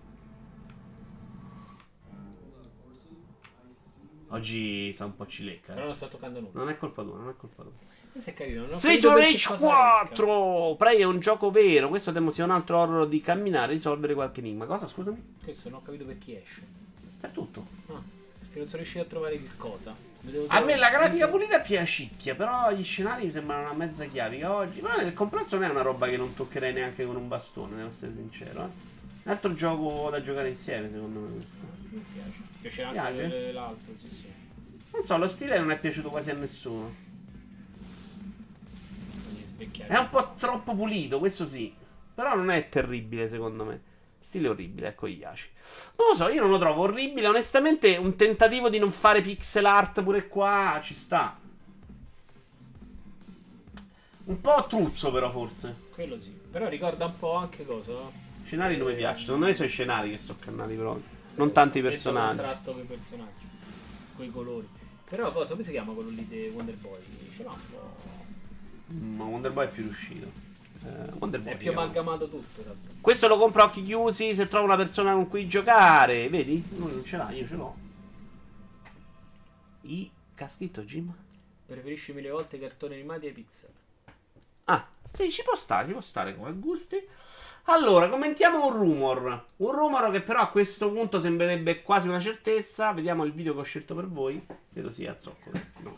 Oggi fa un po' cilecca. Però non sto toccando nulla. Non è colpa tua, non è colpa tua. Questo è carino. Street of Rage quattro! Prey è un gioco vero. Questo temo sia un altro horror di camminare e risolvere qualche enigma. Cosa, scusami? Questo non ho capito per chi esce. Per tutto. Ah, perché non sono riuscito a trovare che cosa. A me la grafica pulita piacicchia, però gli scenari mi sembrano una mezza chiavica oggi. Ma nel complesso non è una roba che non toccherei neanche con un bastone, devo essere sincero. Eh. Un altro gioco da giocare insieme, secondo me questo. Mi piace. Piace anche l'altro, sì, sì. Non so, lo stile non è piaciuto quasi a nessuno. È un po' troppo pulito, questo sì. Però non è terribile, secondo me. Stile orribile, ecco gli Iaci. Non lo so, io non lo trovo orribile. Onestamente, un tentativo di non fare pixel art pure qua ci sta. Un po' truzzo, però, forse. Quello sì. Però ricorda un po' anche cosa, no? I scenari non mi piacciono. Secondo me sono i scenari che sono cannati proprio. Non tanti i personaggi. Il contrasto con i personaggi. Con i colori. Però cosa, come si chiama quello lì di Wonder Boy? Ce l'ha un po'. Ma Wonder Boy è più riuscito. Eh, Wonder Boy è più amalgamato tutto. In realtà. Questo lo compro a occhi chiusi se trovo una persona con cui giocare. Vedi? Lui non ce l'ha, io ce l'ho. I... Che ha scritto Jim? Preferisci mille volte i cartoni animati ai pixel. Ah, sì, ci può stare, ci può stare come gusti. Allora, commentiamo un rumor. Un rumor che però a questo punto sembrerebbe quasi una certezza. Vediamo il video che ho scelto per voi. Credo sia a zoccolo. No.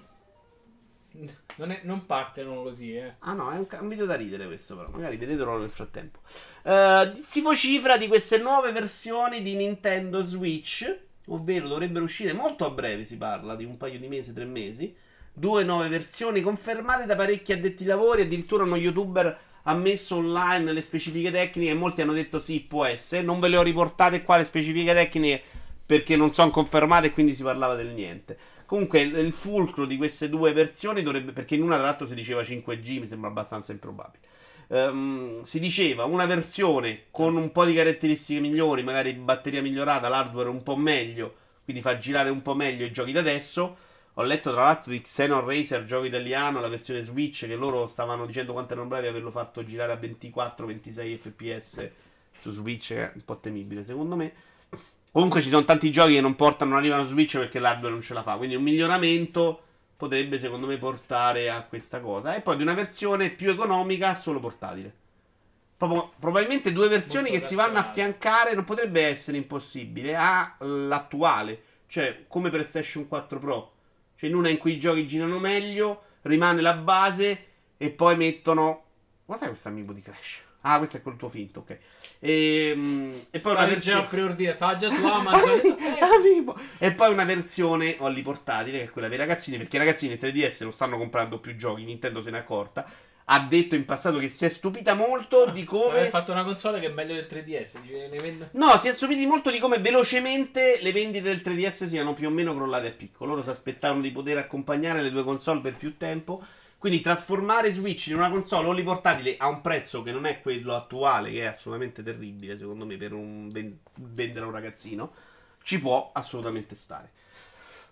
Non, è, non partono così, eh. Ah no, è un, un video da ridere questo però. Magari vedetelo nel frattempo. Uh, si vocifera di queste nuove versioni di Nintendo Switch. Ovvero dovrebbero uscire molto a breve, si parla di un paio di mesi, tre mesi. Due nuove versioni confermate da parecchi addetti ai lavori. Addirittura uno youtuber ha messo online le specifiche tecniche e molti hanno detto sì, può essere. Non ve le ho riportate qua le specifiche tecniche perché non sono confermate e quindi si parlava del niente. Comunque il fulcro di queste due versioni dovrebbe, perché in una tra l'altro si diceva cinque G, mi sembra abbastanza improbabile. Um, si diceva una versione con un po' di caratteristiche migliori, magari batteria migliorata, l'hardware un po' meglio, quindi fa girare un po' meglio i giochi da adesso. Ho letto tra l'altro di Xenon Racer, gioco italiano, la versione Switch, che loro stavano dicendo quanto erano bravi a averlo fatto girare a ventiquattro ventisei F P S su Switch, che è un po' temibile secondo me. Comunque ci sono tanti giochi che non portano, non arrivano su Switch perché l'hardware non ce la fa. Quindi un miglioramento potrebbe secondo me portare a questa cosa. E poi di una versione più economica solo portatile. Proprio, probabilmente due versioni molto che si vanno a affiancare. Non potrebbe essere impossibile all'attuale. Cioè come PlayStation quattro Pro. Cioè in una in cui i giochi girano meglio, rimane la base e poi mettono... Cos'è questo amiibo di Crash? Ah, questo è quel tuo finto, ok. E, e poi una versione... già preordine, stava già su Amazon. Amiibo. E poi una versione Holly portatile, che è quella per i ragazzini, perché i ragazzini il tre D S non stanno comprando più giochi, Nintendo se ne è accorta. Ha detto in passato che si è stupita molto di come... Ha fatto una console che è meglio del tre D S. Dice, ne vendo... No, si è stupiti molto di come velocemente le vendite del tre D S siano più o meno crollate a picco. Loro si aspettavano di poter accompagnare le due console per più tempo. Quindi trasformare Switch in una console only portatile a un prezzo che non è quello attuale, che è assolutamente terribile secondo me per un vendere a un ragazzino, ci può assolutamente stare.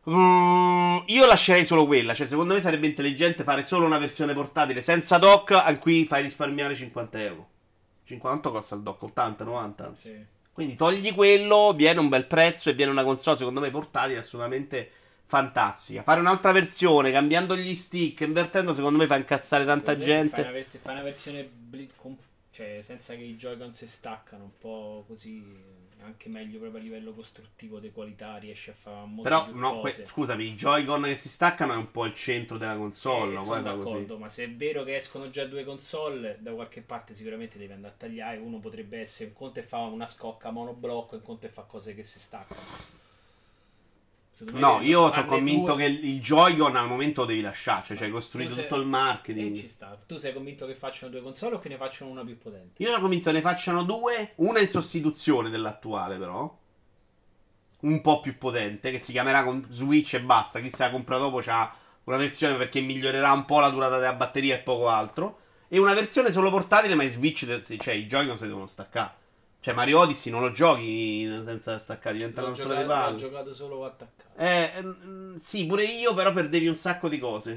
Mm, io lascerei solo quella. Cioè, secondo me sarebbe intelligente fare solo una versione portatile senza dock, a cui fai risparmiare cinquanta euro. cinquanta costa il dock? ottanta, novanta? Sì. Quindi togli quello, viene un bel prezzo e viene una console, secondo me, portatile assolutamente fantastica. Fare un'altra versione, cambiando gli stick, invertendo, secondo me fa incazzare tanta Secondo me se gente. fai una, vers- se fai una versione bli- com- cioè senza che i Joy-Con si staccano, un po' così, anche meglio proprio a livello costruttivo di qualità, riesci a fare molte Però, più no, que- cose. scusami, i Joy-Con che si staccano è un po' il centro della console, Eh, no? sono Poi fa così. d'accordo, ma se è vero che escono già due console, da qualche parte sicuramente devi andare a tagliare. Uno potrebbe essere un conto e fa una scocca monoblocco, e un conto e fa cose che si staccano. Secondo me No, devi io sono farne convinto due. che il il Joy-Con al momento lo devi lasciare, cioè, cioè hai Tu costruito sei- tutto il E marketing. ci sta. Tu sei convinto che facciano due console o che ne facciano una più potente? Io sono convinto che ne facciano due, una in sostituzione dell'attuale però, un po' più potente, che si chiamerà con Switch e basta. Chi se la compra dopo c'ha una versione perché migliorerà un po' la durata della batteria e poco altro. E una versione solo portatile, ma i Switch, cioè i Joy-Con si devono staccare. Cioè Mario Odyssey non lo giochi senza staccare, diventa L'ho una rottura giocato, di l'ho palle. giocato solo attaccato. Eh, mm, sì, pure io, però perdevi un sacco di cose.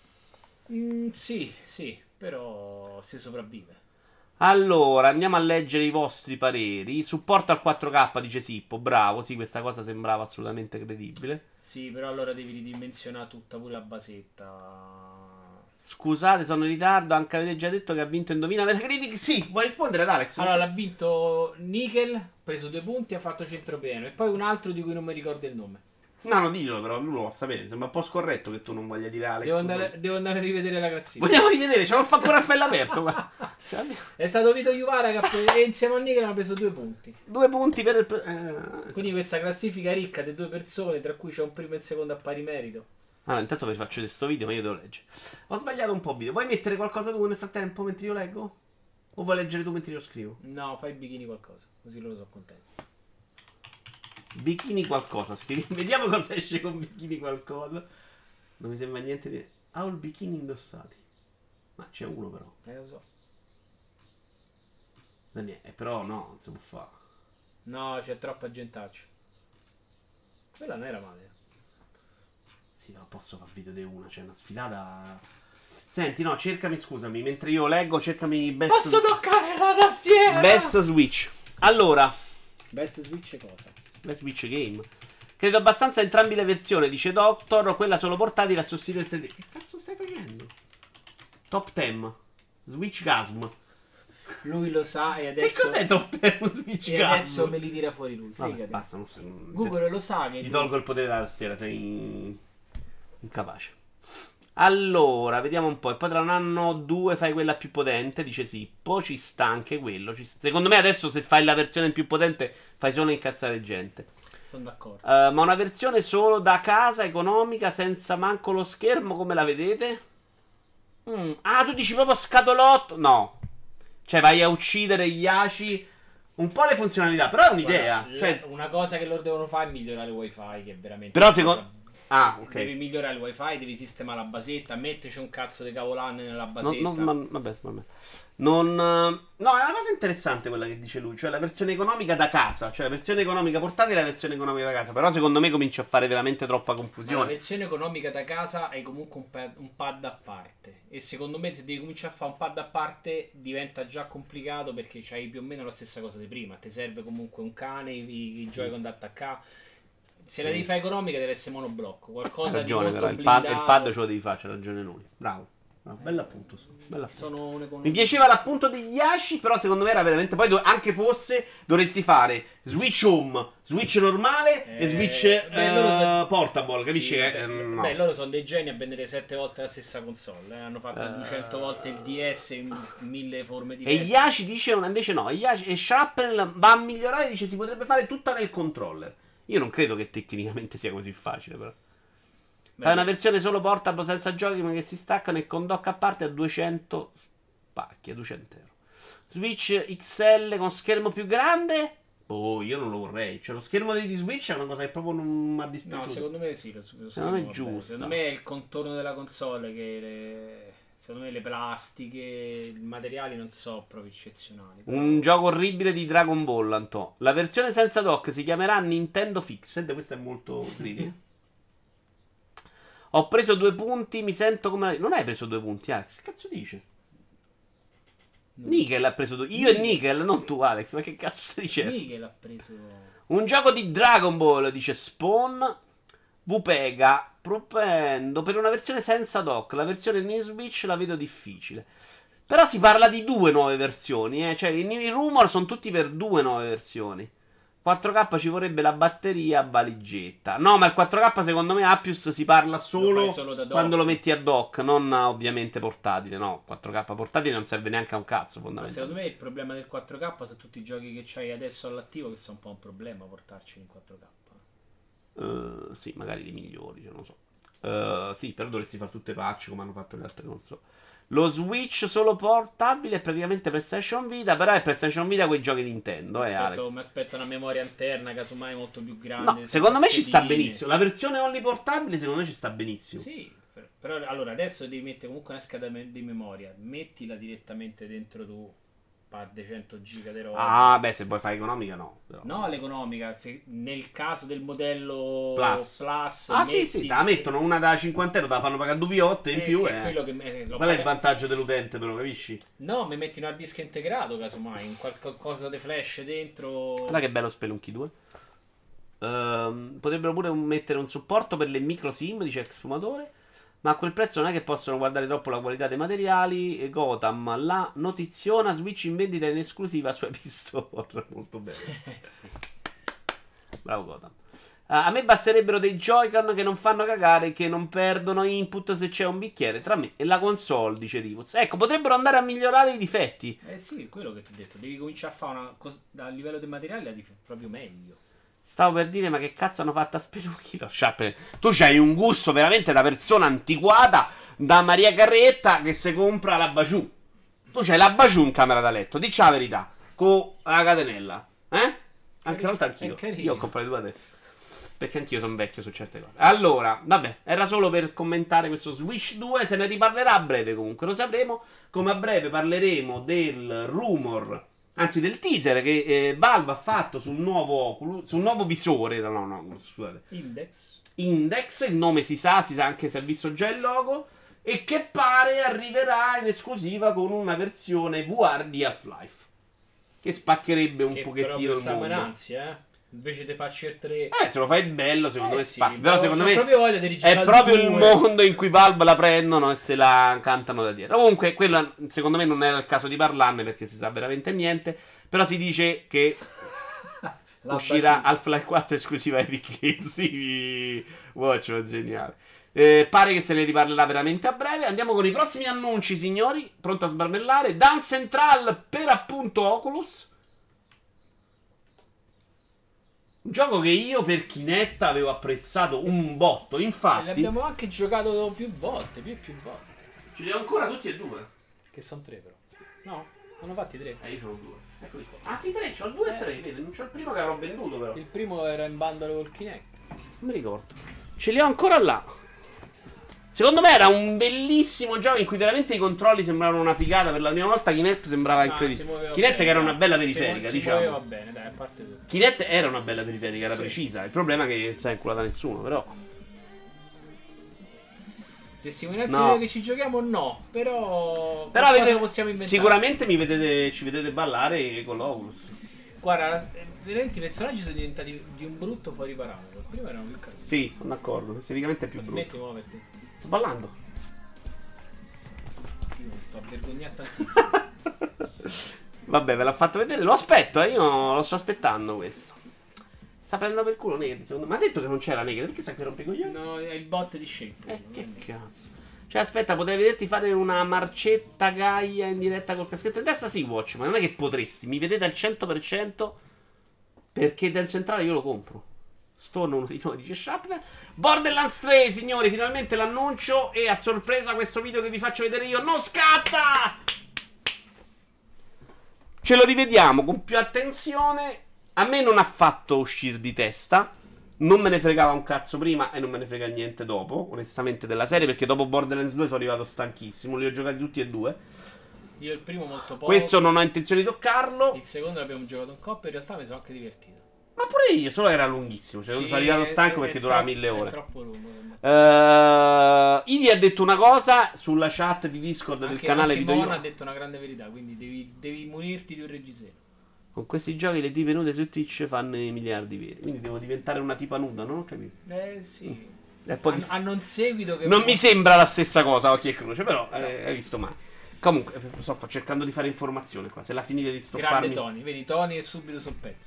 Mm, sì, sì, però si sopravvive. Allora, andiamo a leggere i vostri pareri. Supporto al quattro K, dice Sippo. Bravo, sì, questa cosa sembrava assolutamente credibile. Sì, però allora devi ridimensionare tutta pure la basetta. Scusate, sono in ritardo. Anche avete già detto che ha vinto Indovina Metacritic? Sì, vuoi rispondere ad Alex? Allora, l'ha vinto Nickel, ha preso due punti, ha fatto centro pieno. E poi un altro di cui non mi ricordo il nome. No, no, diglielo però, lui lo vuole sapere. Sembra un po' scorretto che tu non voglia dire Alex. Devo andare, devo andare a rivedere la classifica. Vogliamo rivedere, ce l'ho fatto ancora Raffaele aperto. Ma... È stato Vito Iuvara che ha preso, e insieme a Nickel hanno preso due punti. Due punti per il... Eh. Quindi questa classifica ricca di due persone, tra cui c'è un primo e il secondo a pari merito. Ah, intanto vi faccio questo video, ma io devo leggere. Ho sbagliato un po' video. Vuoi mettere qualcosa tu nel frattempo mentre io leggo? O vuoi leggere tu mentre io scrivo? No, fai bikini qualcosa, così loro sono contenti. Bikini qualcosa, scrivi. Vediamo cosa esce con bikini qualcosa. Non mi sembra niente di... Ah, ho il bikini indossati. Ma c'è uno però. Eh, lo so. Daniele, eh, però no, non si può fare. No, c'è troppa gentaccia. Quella non era male. Sì, no, posso fare video di una, c'è una sfilata... Senti, no, cercami, scusami, mentre io leggo, cercami best... Posso toccare la tastiera? Best Switch. Allora, Best Switch cosa? Best Switch Game. Credo abbastanza entrambe le versioni, dice Doctor, quella solo portatile a sostituire il tre D. Che cazzo stai facendo? Top dieci. Switch Gasm. Lui lo sa e Che adesso... cos'è Top dieci Switch E Gasm? adesso me li tira fuori lui. Vabbè, Figati. basta, non so- non- Google lo sa che... Ti lui- tolgo il potere della sera, sei incapace. Allora, vediamo un po'. E poi tra un anno o due fai quella più potente, dice Sippo. Ci sta anche quello. Ci sta. Secondo me adesso se fai la versione più potente fai solo incazzare gente. Sono d'accordo. Uh, ma una versione solo da casa, economica, senza manco lo schermo, come la vedete? Mm. Ah, tu dici proprio scatolotto? No. Cioè vai a uccidere gli aci. Un po' le funzionalità, però è un'idea. Guarda, Cioè, una cosa che loro devono fare è migliorare il wifi, che è veramente... però una secondo... cosa- Ah, ok. Devi migliorare il wifi, devi sistemare la basetta, metterci un cazzo di cavolane nella No, basetta. no, ma- vabbè, vabbè. Non, eh, no, è una cosa interessante quella che dice lui, cioè la versione economica da casa, cioè la versione economica portatile e la versione economica da casa. Però secondo me comincia a fare veramente troppa Ma la confusione. versione economica da casa hai comunque un pad, un pad a parte. E secondo me se devi cominciare a fare un pad a parte diventa già complicato perché c'hai più o meno la stessa cosa di prima. Ti serve comunque un cane, i, i Joy-Con da attaccare. Se la devi fare economica deve essere monoblocco. Hai Qualcosa ragione, di però molto il pad, il blindato. pad ce lo devi fare, c'ha ragione lui. Bravo. Bravo, bell'appunto. sto, bell'appunto. Sono un Mi economista. piaceva l'appunto degli Ashi, però secondo me era veramente. Poi do- anche fosse, dovresti fare Switch Home, Switch normale Eh, e Switch beh, eh, loro so- Portable. Capisci Sì, che. beh, eh, no. beh, loro sono dei geni a vendere sette volte la stessa console. eh. Hanno fatto Eh. duecento volte il D S in mille forme E diverse. Yashi dice una, invece no, Yashi, e Shrapnel va a migliorare, dice si potrebbe fare tutta nel controller. Io non credo che tecnicamente sia così facile, però. Beh, Fai una versione solo portable senza giochi ma che si staccano e con dock a parte a duecento spacchi, a duecento euro. Switch X L con schermo più grande? Oh, io non lo vorrei. Cioè, lo schermo di Switch è una cosa che proprio non mi ha No, dispiaciuto. secondo me sì. Lo, lo Secondo me è scrivo, vabbè. giusto. Secondo me è il contorno della console che le- secondo me le plastiche, i materiali non so proprio eccezionali. però- Un gioco orribile di Dragon Ball, Antò. La versione senza dock si chiamerà Nintendo Fixed. Questa è molto critica. Ho preso due punti, mi sento come... Non hai preso due punti, Alex? Che cazzo dice? Nickel ha preso due. Io e Nickel, non tu, Alex. Ma che cazzo stai dicendo? Nickel ha preso. Un gioco di Dragon Ball, dice Spawn. Vpega. Propendo per una versione senza dock. La versione New Switch la vedo difficile. Però si parla di due nuove versioni, eh. Cioè, i, i rumor sono tutti per due nuove versioni. quattro K ci vorrebbe la batteria a valigetta. No, ma il quattro K secondo me Appius si parla solo, Lo solo da dock. quando lo metti a dock, non ovviamente portatile. No, quattro K portatile non serve neanche a un cazzo, Ma fondamentalmente. secondo me il problema del quattro K sono tutti i giochi che c'hai adesso all'attivo, che sono un po' un problema portarci in quattro K. Uh, sì, magari i migliori, cioè, non so. Uh, sì, però dovresti fare tutte patch come hanno fatto le altre console. Lo Switch solo portabile è praticamente PlayStation Vita, però è PlayStation Vita con i giochi Nintendo, eh, Aspetto, Alex. mi aspetta una memoria interna, casomai molto più grande. No, senza secondo me ci sta schedine. benissimo. La versione only portabile secondo me ci sta benissimo. Sì, per- però allora adesso devi mettere comunque una scheda me- di memoria, mettila direttamente dentro tu, parte cento giga di roba. Ah, beh, se vuoi fare economica no. Però. No, l'economica, se- nel caso del modello Plus. Plus Ah, sì, metti- sì, te la mettono una da cinquanta euro, te la fanno pagare due piotte in eh, più. che è Eh. quello che eh, lo Qual è il pare- vantaggio dell'utente, però, capisci? No, mi metti un hard disk integrato, casomai, in qualcosa di flash dentro. Guarda che bello Spelunky due. Ehm, potrebbero pure mettere un supporto per le micro SIM, dice ex fumatore. Ma a quel prezzo non è che possono guardare troppo la qualità dei materiali. E Gotham, la notiziona Switch in vendita in esclusiva su App Store. Molto bello. Eh, sì. Bravo Gotham. Ah, a me basterebbero dei Joy-Con che non fanno cagare, che non perdono input se c'è un bicchiere tra me e la console, dice Rivuz. Ecco, potrebbero andare a migliorare i difetti. Eh sì, quello che ti ho detto, devi cominciare a fare una cosa a livello dei materiali la dif- proprio meglio. Stavo per dire, ma che cazzo hanno fatto a Spelunky? Lo Sharp- Tu c'hai un gusto veramente da persona antiquata, da Maria Carretta che si compra la Baciù. Tu c'hai la Baciù in camera da letto, dici la verità, con la catenella. Eh? Anche l'altra anch'io. È carino. Io ho comprato due adesso. Perché anch'io sono vecchio su certe cose. Allora, vabbè, era solo per commentare questo Switch due. Se ne riparlerà a breve comunque, lo sapremo. Come a breve parleremo del rumor, anzi del teaser che eh, Valve ha fatto sul nuovo Oculus, sul nuovo visore. No, no, scusate. Index. Index, il nome si sa, si sa anche se ha visto già il logo. E che pare arriverà in esclusiva con una versione V R di Half-Life. Che spaccherebbe un Che pochettino proprio il stiamo in mondo. ansia, eh. Invece di farci il tre. Eh, se lo fai bello, secondo Eh me sì, spacchi. ma Però ho- secondo c'ho me proprio voglia di è rigirare proprio il il due. mondo in cui Valve la prendono e se la cantano da dietro. Comunque, quello secondo me non era il caso di parlarne perché si sa veramente niente. Però si dice che La uscirà Baciù. Half-Life quattro esclusiva Epic Games. Sì, Watch, ma geniale. Eh, pare che se ne riparlerà veramente a breve. Andiamo con i prossimi annunci, signori. Pronto a sbarmellare. Dan Central per appunto Oculus. Un gioco che io per Kinect avevo apprezzato un botto. E Infatti, l'abbiamo anche giocato più volte, più e più volte. ce li ho ancora tutti e due. Che sono tre però. No, hanno fatti tre. Eh, io ce l'ho due. Eccoli qua. Anzi, tre, c'ho il due e Eh. tre. Vedi, non c'ho il primo che avrò venduto, però. Il primo era in bundle col Kinect. Non mi ricordo. Ce li ho ancora là. Secondo me era un bellissimo gioco in cui veramente i controlli sembravano una figata. Per la prima volta Kinect sembrava Ah, si incredibile. muoveva Kinect bene, che era una dai. bella Si periferica, muo- si diciamo. muoveva bene, dai, a parte tutto. Kinect era una bella periferica, era Sì. precisa. Il problema è che non si è inculata nessuno, però. Testimonianza No. che ci giochiamo no, però Però qualcosa avete, possiamo inventare. sicuramente mi vedete, ci vedete ballare con l'Oculus. Guarda, eh, veramente i personaggi sono diventati di un brutto fuori parametro. Prima erano più carini. Sì, sono d'accordo. Esteticamente è più Ma brutto. smetti di muoverti. Sto ballando. Io mi sto a vergognare tantissimo. Vabbè, ve l'ho fatto vedere. Lo aspetto, eh. Io lo sto aspettando questo. Sta prendendo per culo Naked, secondo me. Ma ha detto che non c'era Naked. Perché sta qui a rompicoglioni? No, è il bot di Shape. Eh, che cazzo. Cioè, aspetta, potrei vederti fare una marcetta Gaia in diretta col caschetto in testa? Sì, Watch, ma non è che potresti. Mi vedete al cento per cento perché Dance Centrale io lo compro. Storno uno di noi, dice Sharpner. Borderlands tre, signori, finalmente l'annuncio. E a sorpresa questo video che vi faccio vedere io non scatta! Ce lo rivediamo con più attenzione. A me non ha fatto uscire di testa. Non me ne fregava un cazzo prima e non me ne frega niente dopo, onestamente, della serie, perché dopo Borderlands due sono arrivato stanchissimo. Li ho giocati tutti e due. Io il primo molto poco. Questo non ho intenzione di toccarlo. Il secondo l'abbiamo giocato in coppia, in realtà mi sono anche divertito. Ma pure io, solo era lunghissimo. Cioè, Sì, sono arrivato stanco è- perché è durava troppo- mille ore. È troppo lungo. Idi ha detto una cosa sulla chat di Discord Anche, del canale anche Video Mon Io. ha detto una grande verità, quindi devi, devi munirti di un reggiseno. Con questi giochi le tipe nude su Twitch fanno i miliardi veri. Quindi devo diventare una tipa nuda, non ho capito. Eh sì. È un po' Han- difficile. hanno un seguito che Non può- mi sembra la stessa cosa, occhio e croce, però eh, hai visto mai. Comunque, eh, sto cercando di fare informazione qua. Se la finite di Grande stopparmi. Tony, vedi Tony è subito sul pezzo.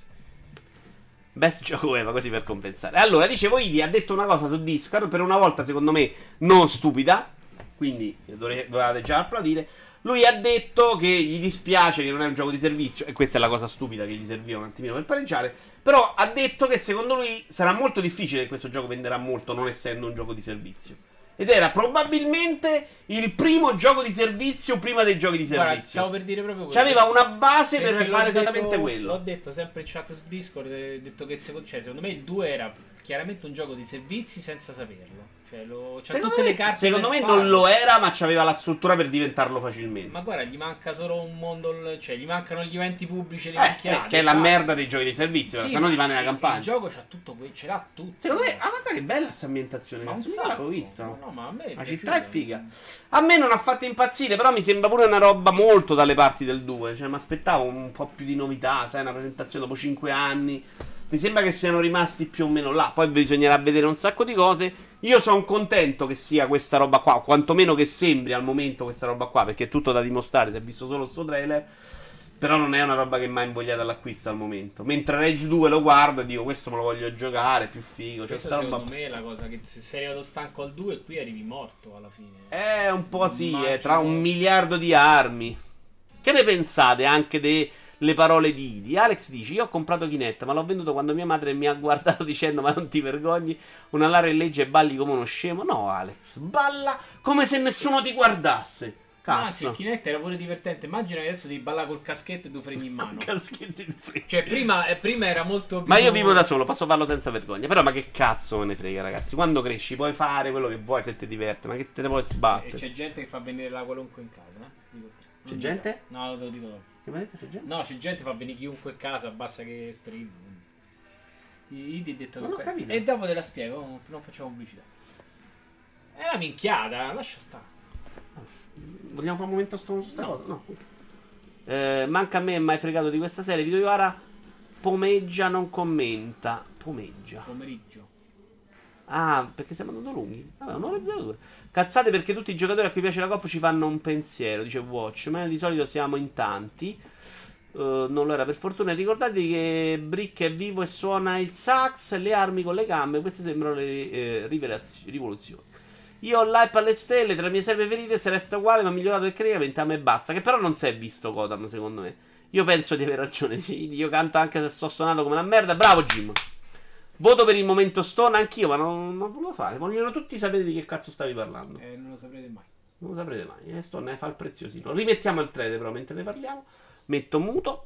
Best gioco Eva, così per compensare. Allora, dicevo, Idi ha detto una cosa su Discord, per una volta secondo me non stupida, quindi dovre- dovevate già applaudire. Lui ha detto che gli dispiace che non è un gioco di servizio, e questa è la cosa stupida che gli serviva un attimino per pareggiare, però ha detto che secondo lui sarà molto difficile che questo gioco venderà molto non essendo un gioco di servizio. Ed era probabilmente il primo gioco di servizio prima dei giochi di Guarda, servizio. stavo per dire proprio quello. Cioè aveva una base per Perché fare l'ho detto- esattamente quello. L'ho detto sempre in chat su Discord, ho detto che secondo, cioè, secondo me il due era chiaramente un gioco di servizi senza saperlo. Cioè, lo, c'ha Secondo tutte me, le carte secondo per me farlo. non lo era, ma c'aveva la struttura per diventarlo facilmente. Ma guarda, gli manca solo un mondo, cioè gli mancano gli eventi pubblici e le Eh, minchiate. eh, che è la basta. merda dei giochi di servizio, Sì, se no ti va ma nella il- campagna. Il gioco c'ha tutto, que- ce l'ha tutto. Secondo me, ah, guarda che bella questa ambientazione, Ma un cazzo, non l'avevo sacco. vista. No, no, ma a me è La piaciuto. città è figa. A me non ha fatto impazzire, però mi sembra pure una roba molto dalle parti del due. Cioè, mi aspettavo un po' più di novità, sai, una presentazione dopo cinque anni. Mi sembra che siano rimasti più o meno là. Poi bisognerà vedere un sacco di cose. Io sono contento che sia questa roba qua, o quantomeno che sembri al momento questa roba qua, perché è tutto da dimostrare, si è visto solo sto trailer. Però non è una roba che mi ha invogliato all'acquisto al momento. Mentre Rage due lo guardo e dico, questo me lo voglio giocare, più figo. Cioè, Questo sta secondo roba... me è la cosa che se sei arrivato stanco al due qui arrivi morto alla fine. È un po' sì, Immagino. eh, tra un miliardo di armi. Che ne pensate anche delle parole di Idi? Alex dice, io ho comprato Kinect, ma l'ho venduto quando mia madre mi ha guardato dicendo, ma non ti vergogni, una Lara in legge e balli come uno scemo? No, Alex, balla come se nessuno ti guardasse. Anzi, il Cazzo. Kinect era pure divertente. Immagina che adesso devi ballare col caschetto e due freni in mano. Caschetti di freddo. Cioè, prima, eh, prima era molto. Ma io più- vivo da solo, posso farlo senza vergogna. Però ma che cazzo me ne frega, ragazzi. Quando cresci puoi fare quello che vuoi se ti diverte, ma che te ne puoi E sbattere. c'è gente che fa venire la qualunque in casa. eh? Dico- C'è non gente? dico- No, te lo dico dopo. Che mi hai detto, c'è gente? No, c'è gente che fa venire chiunque in casa, basta che stream. Idi ha detto Non che ho pe- capito. E dopo te la spiego, non- non facciamo pubblicità. È una minchiata, lascia stare. Vogliamo fare un momento sto su sta No. cosa? No. Eh, manca a me, mai fregato di questa serie. Video Ivara pomeggia, non commenta. Pomeggia. Pomeriggio. Ah, perché siamo andati lunghi. Vabbè, un'ora e zero due. Cazzate perché tutti i giocatori a cui piace la Coppa ci fanno un pensiero, dice Watch. Ma di solito siamo in tanti. Eh, non lo era per fortuna. Ricordatevi che Brick è vivo e suona il sax. Le armi con le gambe. Queste sembrano le eh, rivelazio- rivoluzioni. Io ho l'hype alle stelle. Tra le mie serie preferite, se resta uguale, ma migliorato tecnicamente. A me basta. Che però non si è visto Gotham, secondo me. Io penso di aver ragione. Io canto anche se sto suonato come una merda. Bravo, Jim. Voto per il momento Stone anch'io, ma non, non volevo fare. Vogliono tutti sapere di che cazzo stavi parlando. Eh, non lo saprete mai. Non lo saprete mai. Eh, Stone eh, fa il preziosino. Rimettiamo il trailer però mentre ne parliamo. Metto muto.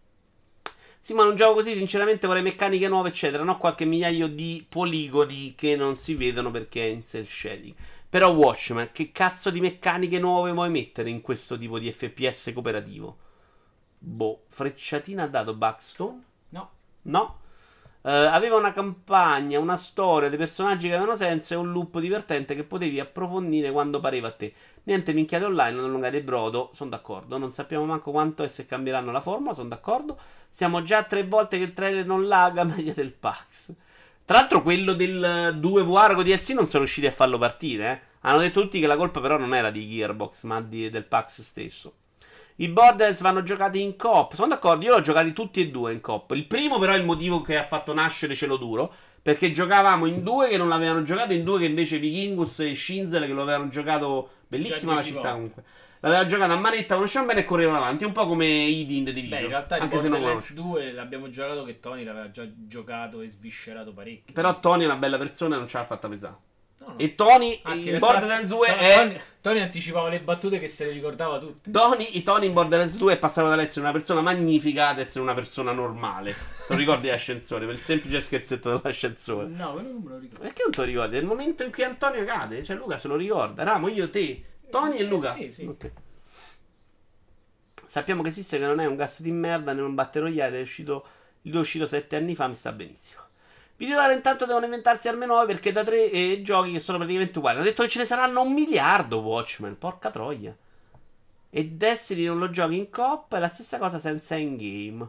Sì, ma un gioco così, sinceramente vorrei meccaniche nuove, eccetera. No, qualche migliaio di poligoni che non si vedono perché è in cel shading. Però Watchmen, che cazzo di meccaniche nuove vuoi mettere in questo tipo di F P S cooperativo? Boh, frecciatina ha dato Buckstone? No. No. Eh, aveva una campagna, una storia, dei personaggi che avevano senso e un loop divertente che potevi approfondire quando pareva a te. Niente minchiate online, non allungare il brodo, sono d'accordo. Non sappiamo manco quanto e se cambieranno la forma, sono d'accordo. Siamo già tre volte che il trailer non laga, meglio del PAX. Tra l'altro quello del due V R con D L C non sono riusciti a farlo partire, eh. Hanno detto tutti che la colpa però non era di Gearbox, ma di, del PAX stesso. I Borderlands vanno giocati in coop. Sono d'accordo, io l'ho giocati tutti e due in coop. Il primo però è il motivo che ha fatto nascere Cielo Duro, perché giocavamo in due che non l'avevano giocato, in due che invece Vichingus e Shinzel che lo avevano giocato. Bellissima Già la dieci città volte. comunque. L'aveva giocato a manetta, conoscevano bene e correvano avanti, un po' come Idi in The Division. Beh, in realtà di anche se non Borderlands conosco. due l'abbiamo giocato che Tony l'aveva già giocato e sviscerato parecchio. Però Tony è una bella persona e non ce l'ha fatta pesare. No, no. E Tony Anzi, in in realtà Borderlands due Tony, è... Tony, Tony anticipava le battute che se le ricordava tutte. Tony, i Tony in Borderlands due è passato dall'essere una persona magnifica ad essere una persona normale. Lo ricordi l'ascensore? Per il semplice scherzetto dell'ascensore. No, quello non me lo ricordo. Perché non te lo ricordi? È il momento in cui Antonio cade. Cioè Luca se lo ricorda. Eravamo io, te, Tony e Luca. Sì, sì. Ok. Sappiamo che esiste, che non è un gas di merda né un battle royale. È uscito, il due è uscito sette anni fa, mi sta benissimo. Videolare intanto devono inventarsi armi nuove perché da tre eh, giochi che sono praticamente uguali. Hanno detto che ce ne saranno un miliardo Watchmen, porca troia. E Destiny non lo giochi in coppa, è la stessa cosa senza in-game.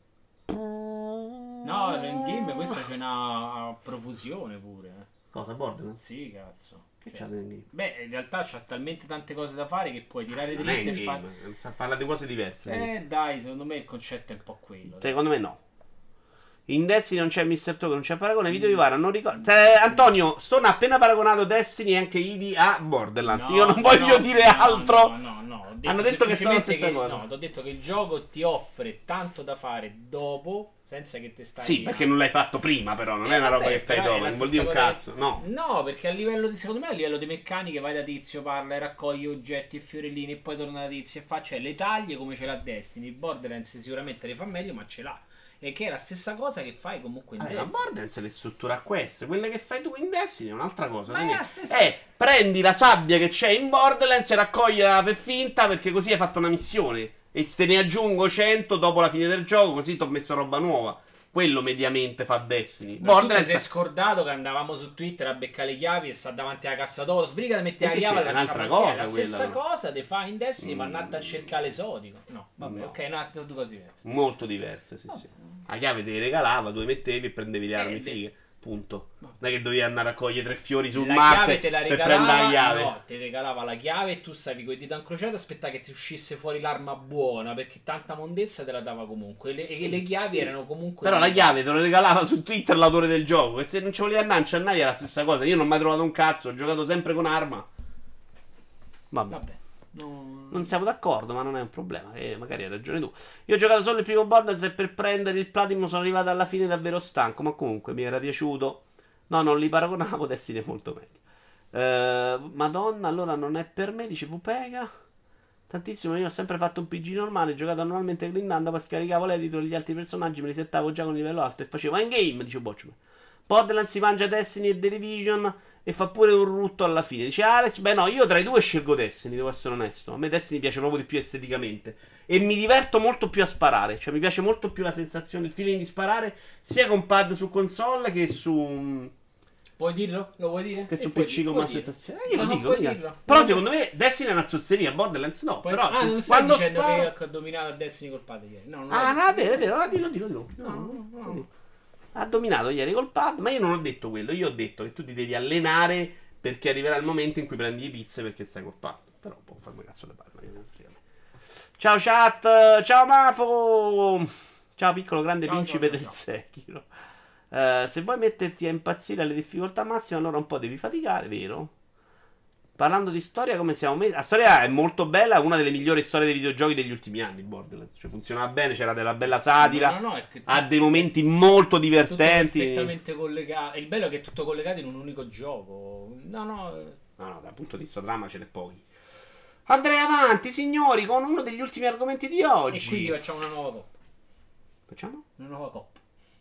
No, in game questo c'è una profusione pure. eh. Cosa, Borderlands? Sì, cazzo. Che Cioè, c'ha in-game? Beh, in realtà c'ha talmente tante cose da fare che puoi tirare Non è dritto e fare. in-game, sta- parla di cose diverse. sì. Eh, dai, secondo me il concetto è un po' quello. dai. Secondo me no. In Destiny non c'è mister Token, non c'è paragone. Video Vivara non ricordo. Eh, Antonio, Stone ha appena paragonato Destiny e anche I D a Borderlands. No, Io non voglio no, dire no, altro. No, no, no. Ho Hanno detto che sono la semplicemente stessa che- cosa. No, ti ho detto che il gioco ti offre tanto da fare dopo, senza che te stai. Sì, perché non l'hai fatto prima, però. Non Eh, è una roba vabbè, che fai però è dopo. la Non vuol stessa dire un cosa cazzo. che- No. No, perché a livello di, secondo me a livello di meccaniche vai da tizio, parla e raccoglie oggetti e fiorellini e poi torna da tizio e fa, cioè le taglie come ce l'ha Destiny. Borderlands sicuramente le fa meglio, ma ce l'ha. E che è la stessa cosa che fai comunque in Eh, ma Destiny. Borderlands le struttura a queste. Quelle che fai tu in Destiny è un'altra cosa. Ma è Quindi- la stessa- Eh, prendi la sabbia che c'è in Borderlands e raccoglila per finta perché così hai fatto una missione. E te ne aggiungo cento dopo la fine del gioco, così ti ho messo roba nuova. Quello mediamente fa Destiny. Ma tu ti Borderlands sei scordato che andavamo su Twitter a beccare le chiavi e sta davanti alla cassa d'oro. Sbriga da mettere la Perché chiave c'è e un'altra lanciamo cosa la quella, stessa però. cosa te fa in Destiny, ma Mm. andate a cercare l'esotico. No, vabbè, No. ok, no, sono due cose diverse. molto diverse, sì, sì. La chiave te le regalava, tu le mettevi e prendevi le Eh, armi de- fighe. Punto. No. Non è che dovevi andare a raccogliere tre fiori sul La Marte chiave te la per prendere la regalava, chiave. no, ti regalava la chiave e tu stavi con i dita incrociati a aspettare che ti uscisse fuori l'arma buona, perché tanta mondezza te la dava comunque. Le, Sì, e le chiavi sì. erano comunque. Però la chiave te lo regalava su Twitter l'autore del gioco. E se non ci volevi andare, non ci andavi, è la stessa cosa. Io non ho mai trovato un cazzo, ho giocato sempre con arma. Vabbè. Vabbè, no- Non siamo d'accordo, ma non è un problema. E magari hai ragione tu. Io ho giocato solo il primo Borderlands e per prendere il Platinum sono arrivato alla fine davvero stanco. Ma comunque mi era piaciuto. No, non li paragonavo, Destiny è molto meglio. Eh, Madonna, allora non è per me, dice Pupega. Tantissimo, io ho sempre fatto un P G normale, giocato normalmente grindando, poi scaricavo l'editor e gli altri personaggi, me li settavo già con livello alto e facevo in game, dice Watchmen. Borderlands si mangia Destiny e The Division e fa pure un rutto alla fine. Dice Alex, beh no, io tra i due scelgo Destiny, devo essere onesto. A me Destiny piace proprio di più esteticamente. E mi diverto molto più a sparare. Cioè mi piace molto più la sensazione, il feeling di sparare sia con pad su console che su... Puoi dirlo? Lo vuoi dire? Che su E puoi P C dir- con puoi mouse e dirlo. tastiera. Eh, io No, lo no, dico, puoi mica. dirlo. Però Puoi secondo me Destiny è una zozzeria, Borderlands no. Poi- Però ah, se- non stai quando dicendo sparo... che ho dominato a Destiny col padre ieri. No, non Ah, l'ho no, è vero, è vero. Ah, dillo, dillo, dillo. No, no, no, no. Ha dominato ieri col pad, ma io non ho detto quello. Io ho detto che tu ti devi allenare perché arriverà il momento in cui prendi le pizze perché stai col pad. Però può farmi cazzo le palle. ma che me ne frega a me. Ciao chat, ciao Mafo. Ciao piccolo grande Ciao, principe ciao, ciao, del ciao. Sekiro. Eh, se vuoi metterti a impazzire alle difficoltà massime, allora un po' devi faticare, vero? Parlando di storia, come siamo messi? La storia è molto bella, è una delle migliori storie dei videogiochi degli ultimi anni, Borderlands. Cioè funzionava bene, c'era della bella satira, No, no, no, è che ha dei momenti molto tutto divertenti. perfettamente collegato. Il bello è che è tutto collegato in un unico gioco. No, no. No, no, dal punto di vista dramma ce n'è pochi. Andrei avanti, signori, con uno degli ultimi argomenti di oggi. E quindi facciamo una nuova coppa. Facciamo? Una nuova coppa.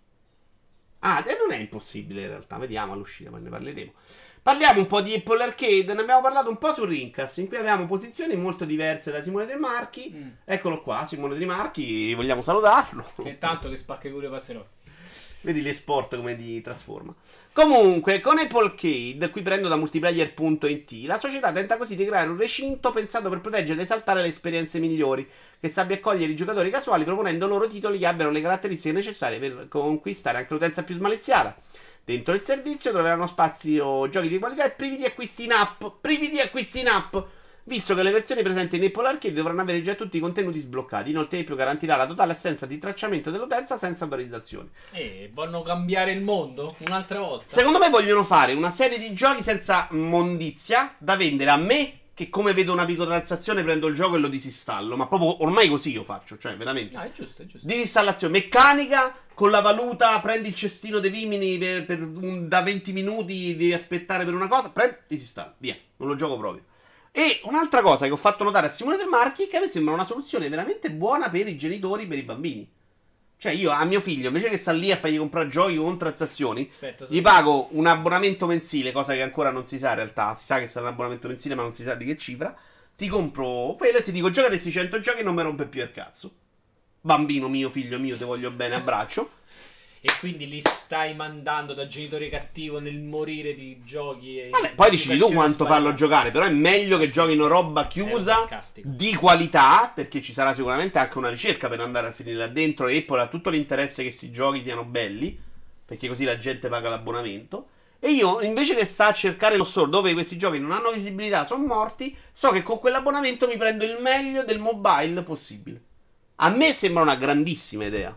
Ah, e non è impossibile in realtà, vediamo all'uscita, ma ne parleremo. Parliamo un po' di Apple Arcade, ne abbiamo parlato un po' su Rincast, in cui avevamo posizioni molto diverse da Simone De Marchi. Mm. Eccolo qua, Simone De Marchi, vogliamo salutarlo. Che tanto che spacca i culo ai passerotti. Vedi l'esport come ti trasforma. Comunque, con Apple Arcade, qui prendo da multiplayer punto it, la società tenta così di creare un recinto pensato per proteggere ed esaltare le esperienze migliori, che sappia accogliere i giocatori casuali proponendo loro titoli che abbiano le caratteristiche necessarie per conquistare anche l'utenza più smaliziata. Dentro il servizio troveranno spazio giochi di qualità e privi di acquisti in app. Privi di acquisti in app! Visto che le versioni presenti in Apple Arcade dovranno avere già tutti i contenuti sbloccati. Inoltre in più garantirà la totale assenza di tracciamento dell'utenza senza autorizzazioni. E vogliono cambiare il mondo un'altra volta. Secondo me vogliono fare una serie di giochi senza mondizia da vendere a me, che come vedo una microtransazione prendo il gioco e lo disinstallo. Ma proprio ormai così io faccio, cioè veramente. No, è giusto, è giusto. Disinstallazione meccanica con la valuta, prendi il cestino dei vimini per, per un- da venti minuti, devi aspettare per una cosa, prendi, disinstallo, via, non lo gioco proprio. E un'altra cosa che ho fatto notare a Simone De Marchi è che a me sembra una soluzione veramente buona per i genitori, per i bambini. Cioè io a mio figlio, invece che sta lì a fargli comprare giochi con transazioni, Aspetta, gli pago un abbonamento mensile, cosa che ancora non si sa in realtà. Si sa che sarà un abbonamento mensile ma non si sa di che cifra. Ti compro quello e ti dico giocate questi cento giochi e non mi rompe più il cazzo. Bambino mio, figlio mio, ti voglio bene, abbraccio. e quindi li stai mandando da genitore cattivo nel morire di giochi e Vabbè, poi decidi tu quanto sbagliata. farlo giocare, però è meglio che giochino roba chiusa, di qualità, perché ci sarà sicuramente anche una ricerca per andare a finire là dentro e Apple ha tutto l'interesse che questi giochi siano belli, perché così la gente paga l'abbonamento. E io, invece che sta a cercare lo store dove questi giochi non hanno visibilità, sono morti, so che con quell'abbonamento mi prendo il meglio del mobile possibile. A me sembra una grandissima idea.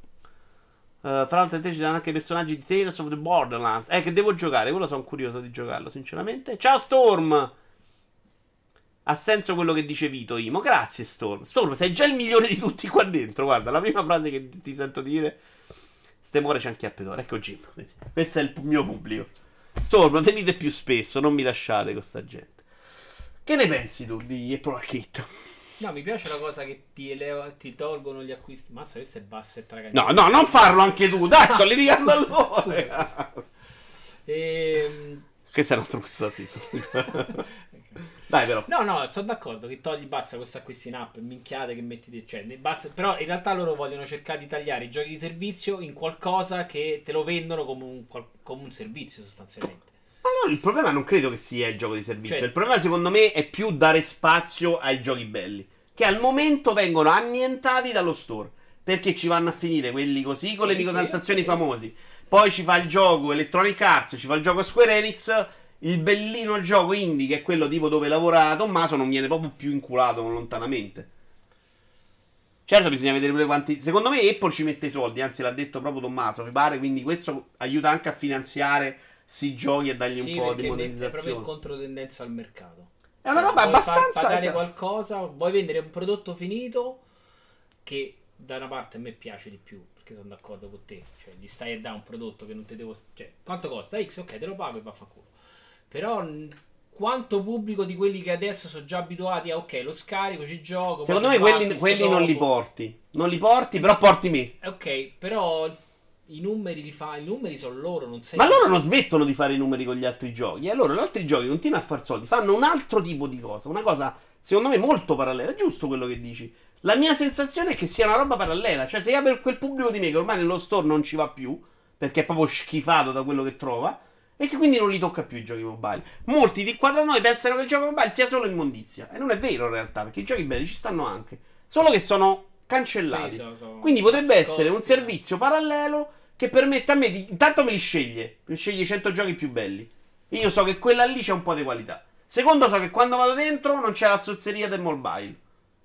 Uh, tra l'altro, te ci sono anche personaggi di Tales of the Borderlands. Eh, che devo giocare. Quello sono curioso di giocarlo, sinceramente. Ciao, Storm. Ha senso quello che dice Vito Imo. Grazie, Storm. Storm, sei già il migliore di tutti qua dentro. Guarda, la prima frase che ti sento dire. Ste muore c'è anche a pedore. Ecco Jim. Questo è il mio pubblico. Storm, venite più spesso. Non mi lasciate con sta gente. Che ne pensi tu di Apple Arcade? No, mi piace la cosa che ti, eleva, ti tolgono gli acquisti. Mazza, questo è basso e tragante. No, no, non farlo anche tu. Dai, sto litigando a loro. E... Questa è una truzza, sì. Dai, però. No, no, sono d'accordo che togli, basta questo acquisti in app, minchiate che metti, cioè, basta, però in realtà loro vogliono cercare di tagliare i giochi di servizio in qualcosa che te lo vendono come un, come un servizio sostanzialmente. Ma no, il problema non credo che sia il gioco di servizio. Cioè, il problema secondo me è più dare spazio ai giochi belli, che al momento vengono annientati dallo store, perché ci vanno a finire quelli così con sì, le microtransazioni sì, famosi. Poi ci fa il gioco Electronic Arts, ci fa il gioco Square Enix, il bellino gioco indie, che è quello tipo dove lavora Tommaso, non viene proprio più inculato lontanamente. Certo, bisogna vedere pure quanti. Secondo me Apple ci mette i soldi, anzi l'ha detto proprio Tommaso, mi pare, quindi questo aiuta anche a finanziare si giochi e dargli sì, un po' di è modernizzazione. proprio in controtendenza al mercato. È una roba vuoi abbastanza far pagare esatto. qualcosa, vuoi vendere un prodotto finito che da una parte a me piace di più, perché sono d'accordo con te, cioè gli stai a dare un prodotto che non ti devo, cioè quanto costa X, ok, te lo pago e vaffanculo. Però n- quanto pubblico di quelli che adesso sono già abituati a ok, lo scarico, ci gioco, Secondo poi me ci va, quelli, acquisto quelli non li dopo. porti. Non li porti, però porti me. Ok, però i numeri li fa, i numeri sono loro, non sei. Ma loro non smettono di fare i numeri con gli altri giochi. E allora gli altri giochi continuano a far soldi. Fanno un altro tipo di cosa. Una cosa, secondo me, molto parallela. È giusto quello che dici. La mia sensazione è che sia una roba parallela. Cioè, se io per quel pubblico di me che ormai nello store non ci va più, perché è proprio schifato da quello che trova, e che quindi non li tocca più i giochi mobile. Molti di qua tra noi pensano che il gioco mobile sia solo immondizia. E non è vero in realtà, perché i giochi belli ci stanno anche. Solo che sono cancellati. Sì, so- so- Quindi potrebbe nascosti, essere un servizio parallelo che permette a me di. Intanto me li sceglie. Mi sceglie i cento giochi più belli. E io so che quella lì c'è un po' di qualità. Secondo, so che quando vado dentro non c'è la zozzeria del mobile.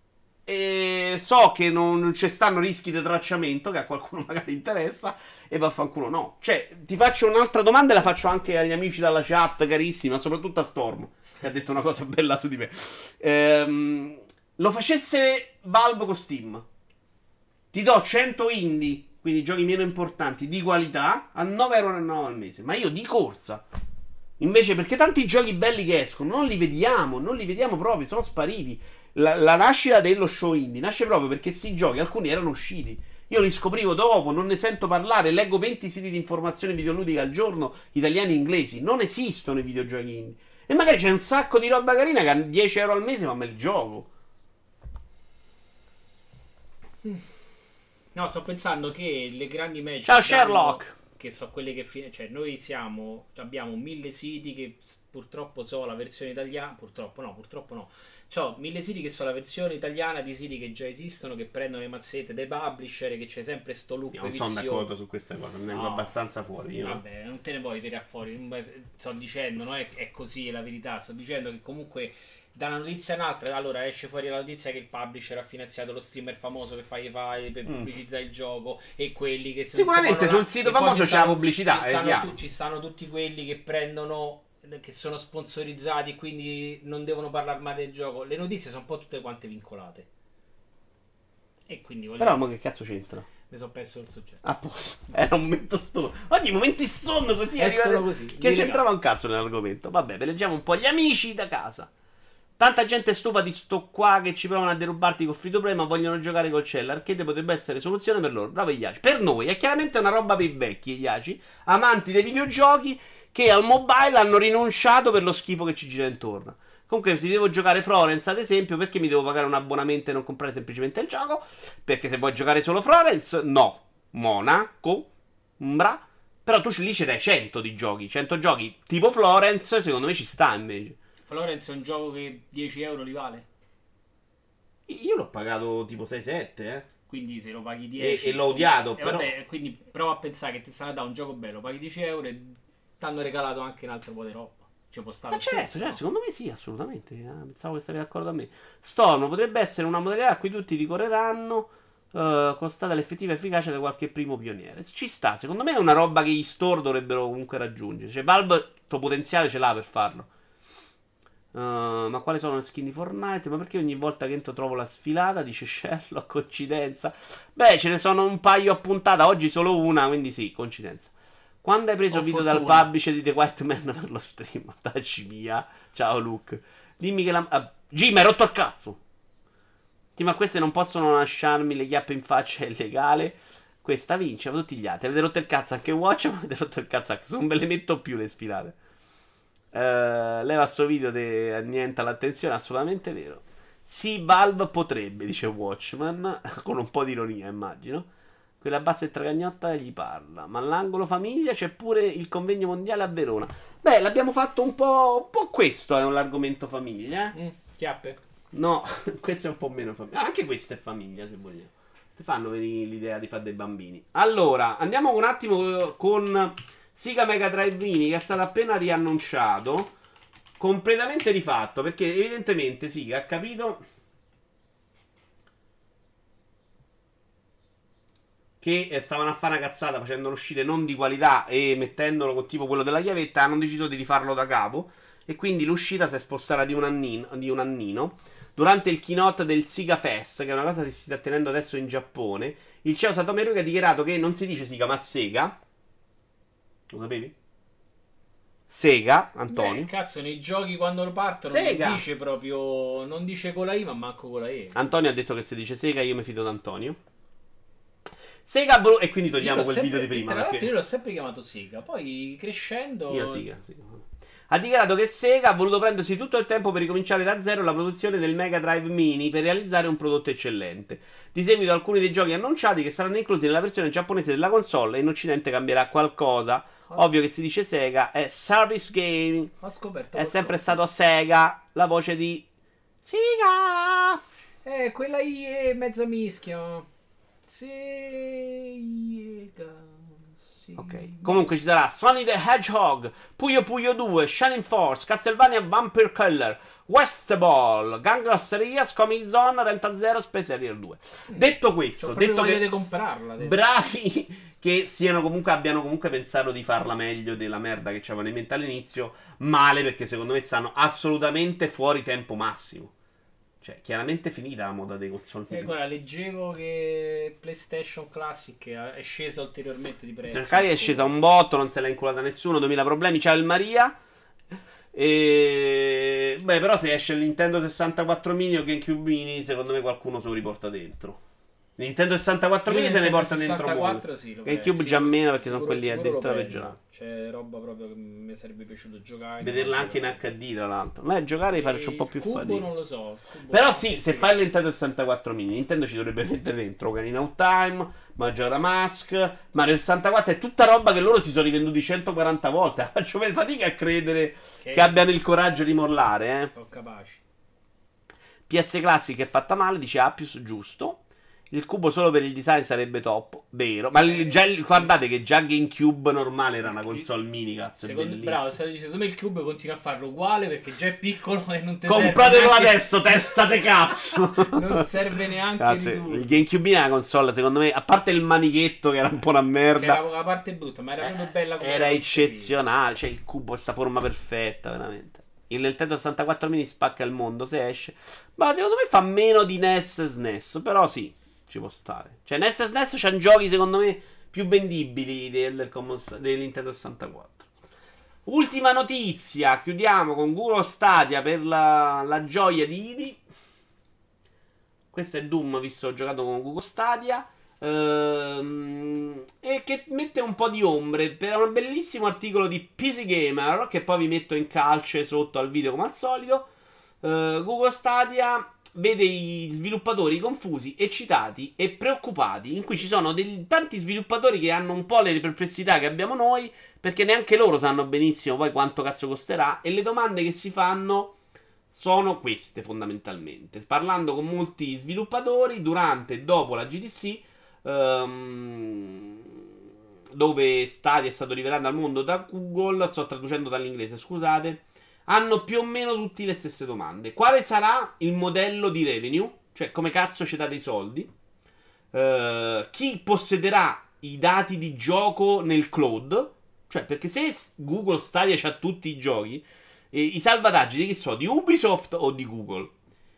E so che non ci stanno rischi di tracciamento, che a qualcuno magari interessa. E vaffanculo no. Cioè, ti faccio un'altra domanda e la faccio anche agli amici dalla chat, carissimi, ma soprattutto a Storm, che ha detto una cosa bella su di me. Ehm, lo facesse Valve con Steam. Ti do cento indie, quindi giochi meno importanti, di qualità, a nove e novantanove euro al mese. Ma io di corsa. Invece, perché tanti giochi belli che escono, non li vediamo, non li vediamo proprio, sono spariti. La, la nascita dello show indie nasce proprio perché questi giochi, alcuni erano usciti. Io li scoprivo dopo, non ne sento parlare, leggo venti siti di informazione videoludica al giorno, italiani e inglesi. Non esistono i videogiochi indie. E magari c'è un sacco di roba carina che a dieci euro al mese, ma me li gioco. No, sto pensando che le grandi match Ciao Sherlock, che so quelle che fine, cioè noi siamo, abbiamo mille siti che purtroppo so la versione italiana, purtroppo no, purtroppo no. C'ho mille siti che sono la versione italiana di siti che già esistono, che prendono le mazzette dei publisher, che c'è sempre sto loop. Io non sono d'accordo su queste cose, ne vengo No. abbastanza fuori. Io. Vabbè, non te ne puoi tirare fuori. Sto dicendo, no, è, è così, è la verità. Sto dicendo che comunque da una notizia a un'altra, allora esce fuori la notizia che il publisher ha finanziato lo streamer famoso che fa i file per Mm. pubblicizzare il gioco e quelli che Sicuramente seguono sul la- sito e poi famoso ci c'è la stanno- pubblicità, ci è stanno, chiaro. tu- ci stanno tutti quelli che prendono, che sono sponsorizzati, quindi non devono parlare male del gioco. Le notizie sono un po' tutte quante vincolate. E quindi voglio Però, ma che cazzo c'entra? mi sono perso il soggetto. A posto. Era un momento stone. Oggi momenti stone così. Escono arrivate- così, Che li c'entrava un cazzo nell'argomento. Vabbè, ve leggiamo un po' gli amici da casa. Tanta gente è stufa di sto qua che ci provano a derubarti con free to play, ma vogliono giocare col cell. L'arcade potrebbe essere soluzione per loro. Bravo Iaci. Per noi è chiaramente una roba per i vecchi, Iaci, amanti dei videogiochi che al mobile hanno rinunciato per lo schifo che ci gira intorno. Comunque, se devo giocare Florence, ad esempio, perché mi devo pagare un abbonamento e non comprare semplicemente il gioco? Perché se vuoi giocare solo Florence, no. Monaco. Umbra. Però tu lì ce n'hai cento di giochi. cento giochi tipo Florence, secondo me ci sta invece. Florence è un gioco che dieci euro li vale? Io l'ho pagato tipo sei sette, eh. Quindi se lo paghi E, dieci... e l'ho odiato, E però... vabbè, quindi prova a pensare che ti stanno da un gioco bello, paghi dieci euro e ti hanno regalato anche un altro po' di roba. Ci può stare Ma lo certo, stesso, cioè, no? secondo me sì, assolutamente. Ah, pensavo che stavi d'accordo a me. Storm potrebbe essere una modalità a cui tutti ricorreranno, eh, constata l'effettiva efficacia di qualche primo pioniere. Ci sta, secondo me è una roba che gli store dovrebbero comunque raggiungere. Cioè, Valve, il suo potenziale ce l'ha per farlo. Uh, ma quali sono le skin di Fortnite? Ma perché ogni volta che entro trovo la sfilata? Dice Sherlock, coincidenza? Beh, ce ne sono un paio a puntata, oggi solo una, quindi sì, coincidenza. Quando hai preso Ho video dal fortuna. publisher di The White Man per lo stream? Dacci via. Ciao Luke. Dimmi che la... ah, Jim, hai rotto il cazzo. Sì, ma queste non possono lasciarmi le chiappe in faccia, è illegale. Questa vince, ma tutti gli altri. Avete rotto il cazzo anche Watch, ma avete rotto il cazzo anche... Non ve le metto più le sfilate. Uh, leva sto video che annienta l'attenzione, assolutamente vero. Sì, Valve potrebbe, dice Watchman, con un po' di ironia, immagino. Quella bassa e tragagnotta gli parla. Ma all'angolo famiglia c'è pure il convegno mondiale a Verona. Beh, l'abbiamo fatto un po'. Un po' questo è un argomento famiglia. Eh? Mm, chiappe. No, questo è un po' meno famiglia. Anche questa è famiglia, se vogliamo. Ti fanno venire l'idea di fare dei bambini. Allora, andiamo un attimo con Sega Mega Drive Mini, che è stato appena riannunciato, completamente rifatto, perché evidentemente Sega ha capito che stavano a fare una cazzata facendolo uscire non di qualità e mettendolo con tipo quello della chiavetta. Hanno deciso di rifarlo da capo e quindi l'uscita si è spostata di un annino, di un annino. Durante il keynote del Sega Fest, che è una cosa che si sta tenendo adesso in Giappone, il C E O Satomi Hiroki ha dichiarato che non si dice Sega ma Sega. Lo sapevi? Sega, Antonio. Beh, cazzo, nei giochi quando lo partono Sega. non dice proprio... Non dice con la I, ma manco con la E. Antonio ha detto che si dice Sega, io mi fido d'Antonio. Sega vo- e quindi togliamo Io l'ho quel sempre- video di prima. Tra l'altro Perché... io l'ho sempre chiamato Sega, poi crescendo... Io Sega, Sega. Ha dichiarato che Sega ha voluto prendersi tutto il tempo per ricominciare da zero la produzione del Mega Drive Mini per realizzare un prodotto eccellente. Di seguito alcuni dei giochi annunciati che saranno inclusi nella versione giapponese della console e in occidente cambierà qualcosa. Ovvio che si dice Sega, è Service Gaming. Ho scoperto... È l'ho sempre scoperto. stato Sega, la voce di Sega. Eh, quella I è mezza mischia. Sega... Sega. Ok. Comunque ci sarà Sonic the Hedgehog, Puyo Puyo due, Shining Force, Castlevania Vampire Killer, Westball, Gangsteria, Comic Zone, Renta Zero, Space Harrier due. Detto questo, C'ho proprio detto voglia che di comprarla. adesso. bravi che siano comunque abbiano comunque pensato di farla meglio della merda che ci avevano in mente all'inizio, male perché secondo me stanno assolutamente fuori tempo massimo. Cioè, chiaramente finita la moda dei console. E guarda, leggevo che PlayStation Classic è scesa ulteriormente di prezzo. Sky è scesa un botto, non se l'ha inculata nessuno, duemila problemi, c'ha il Maria. E... Beh, però se esce il Nintendo sessantaquattro mini o GameCube mini, secondo me qualcuno se lo riporta dentro. Il Nintendo sessantaquattro mini se ne porta dentro molto. Sì, lo GameCube prendo, già sicuro- meno perché sono sicuro- quelli sicuro lo addirittura prendo. peggiorati. C'è roba proprio che mi sarebbe piaciuto giocare. Vederla non anche in gioco. H D, tra l'altro. Ma giocare faccio un po' più Il cubo fatica. non lo so. il cubo Però non sì, so se fai il Nintendo sessantaquattro mini, Nintendo ci dovrebbe mettere dentro Ocarina of Time, Majora Mask, Mario sessantaquattro, è tutta roba che loro si sono rivenduti centoquaranta volte. Faccio fatica a credere Che che abbiano il coraggio di mollare, eh. Sono capaci. P S Classic è fatta male, dice Appius, giusto. Il cubo solo per il design sarebbe top, vero. Ma il- già, il- guardate che già GameCube normale era una console mini, cazzo, è Secondo, bellissimo. bravo, se- secondo me il cube continua a farlo uguale perché già è piccolo e non te Compratelo serve neanche- adesso, testa de cazzo. Non serve neanche Cazzo, di tutto. il GameCube è una console, secondo me, a parte il manichetto che era un po' una Che merda, era la parte brutta, ma era proprio bella come era era eccezionale. Cioè, il cubo, questa forma perfetta, veramente. Il Nintendo sessantaquattro mini spacca il mondo se esce. Ma secondo me fa meno di N E S e S N E S. Però sì, ci può stare. Cioè, N E S e S N E S c'hanno giochi, secondo me, più vendibili del, del, Common- del Nintendo sessantaquattro. Ultima notizia. Chiudiamo con Google Stadia per la, la gioia di Idi. Questo è Doom, visto che ho giocato con Google Stadia. Ehm, e che mette un po' di ombre per un bellissimo articolo di P C Gamer, che poi vi metto in calce sotto al video come al solito. Eh, Google Stadia vede i sviluppatori confusi, eccitati e preoccupati, in cui ci sono dei, tanti sviluppatori che hanno un po' le perplessità che abbiamo noi, perché neanche loro sanno benissimo poi quanto cazzo costerà, e le domande che si fanno sono queste fondamentalmente. Parlando con molti sviluppatori durante e dopo la G D C, ehm, dove Stadia è stato rivelato al mondo da Google, sto traducendo dall'inglese, scusate, hanno più o meno tutte le stesse domande. Quale sarà il modello di revenue? Cioè, come cazzo ci date i soldi? Uh, chi possederà i dati di gioco nel cloud? Cioè, perché se Google Stadia c'ha tutti i giochi, eh, i salvataggi di chi so, di Ubisoft o di Google?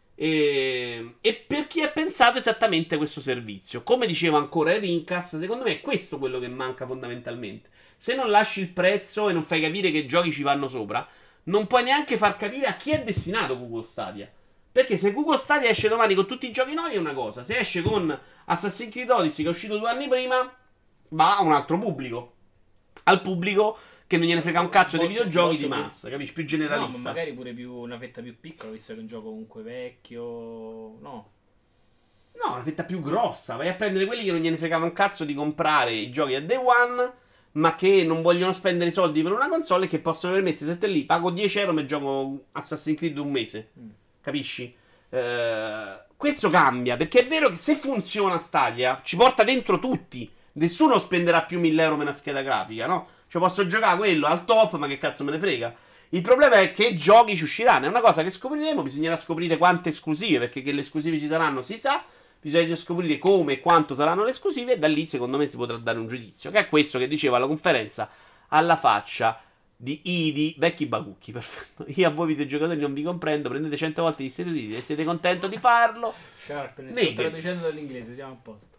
E, e per chi è pensato esattamente questo servizio? Come diceva ancora Rincas, secondo me è questo quello che manca fondamentalmente. Se non lasci il prezzo e non fai capire che giochi ci vanno sopra, non puoi neanche far capire a chi è destinato Google Stadia. Perché se Google Stadia esce domani con tutti i giochi nuovi è una cosa, se esce con Assassin's Creed Odyssey che è uscito due anni prima, va a un altro pubblico. Al pubblico che non gliene frega un cazzo dei videogiochi di massa, più... capisci? Più generalista. No, ma magari pure più una fetta più piccola, visto che è un gioco comunque vecchio. No. No, una fetta più grossa. Vai a prendere quelli che non gliene fregava un cazzo di comprare i giochi a day one, ma che non vogliono spendere i soldi per una console e che possono permettersi, sette lì, pago dieci euro e gioco Assassin's Creed un mese. Mm. Capisci? Eh, questo cambia, perché è vero che se funziona Stadia, ci porta dentro tutti. Nessuno spenderà più mille euro per una scheda grafica, no? Cioè posso giocare quello al top, ma che cazzo me ne frega? Il problema è che giochi ci usciranno. È una cosa che scopriremo, bisognerà scoprire quante esclusive, perché che le esclusive ci saranno si sa. Bisogna scoprire come e quanto saranno le esclusive, e da lì secondo me si potrà dare un giudizio, che è questo che dicevo alla conferenza, alla faccia di Idi, vecchi bacucchi, perfetto. Io a voi videogiocatori non vi comprendo, prendete cento volte gli stessi titoli e siete contento di farlo. Sharp, ne sto traducendo dall'inglese, siamo a posto.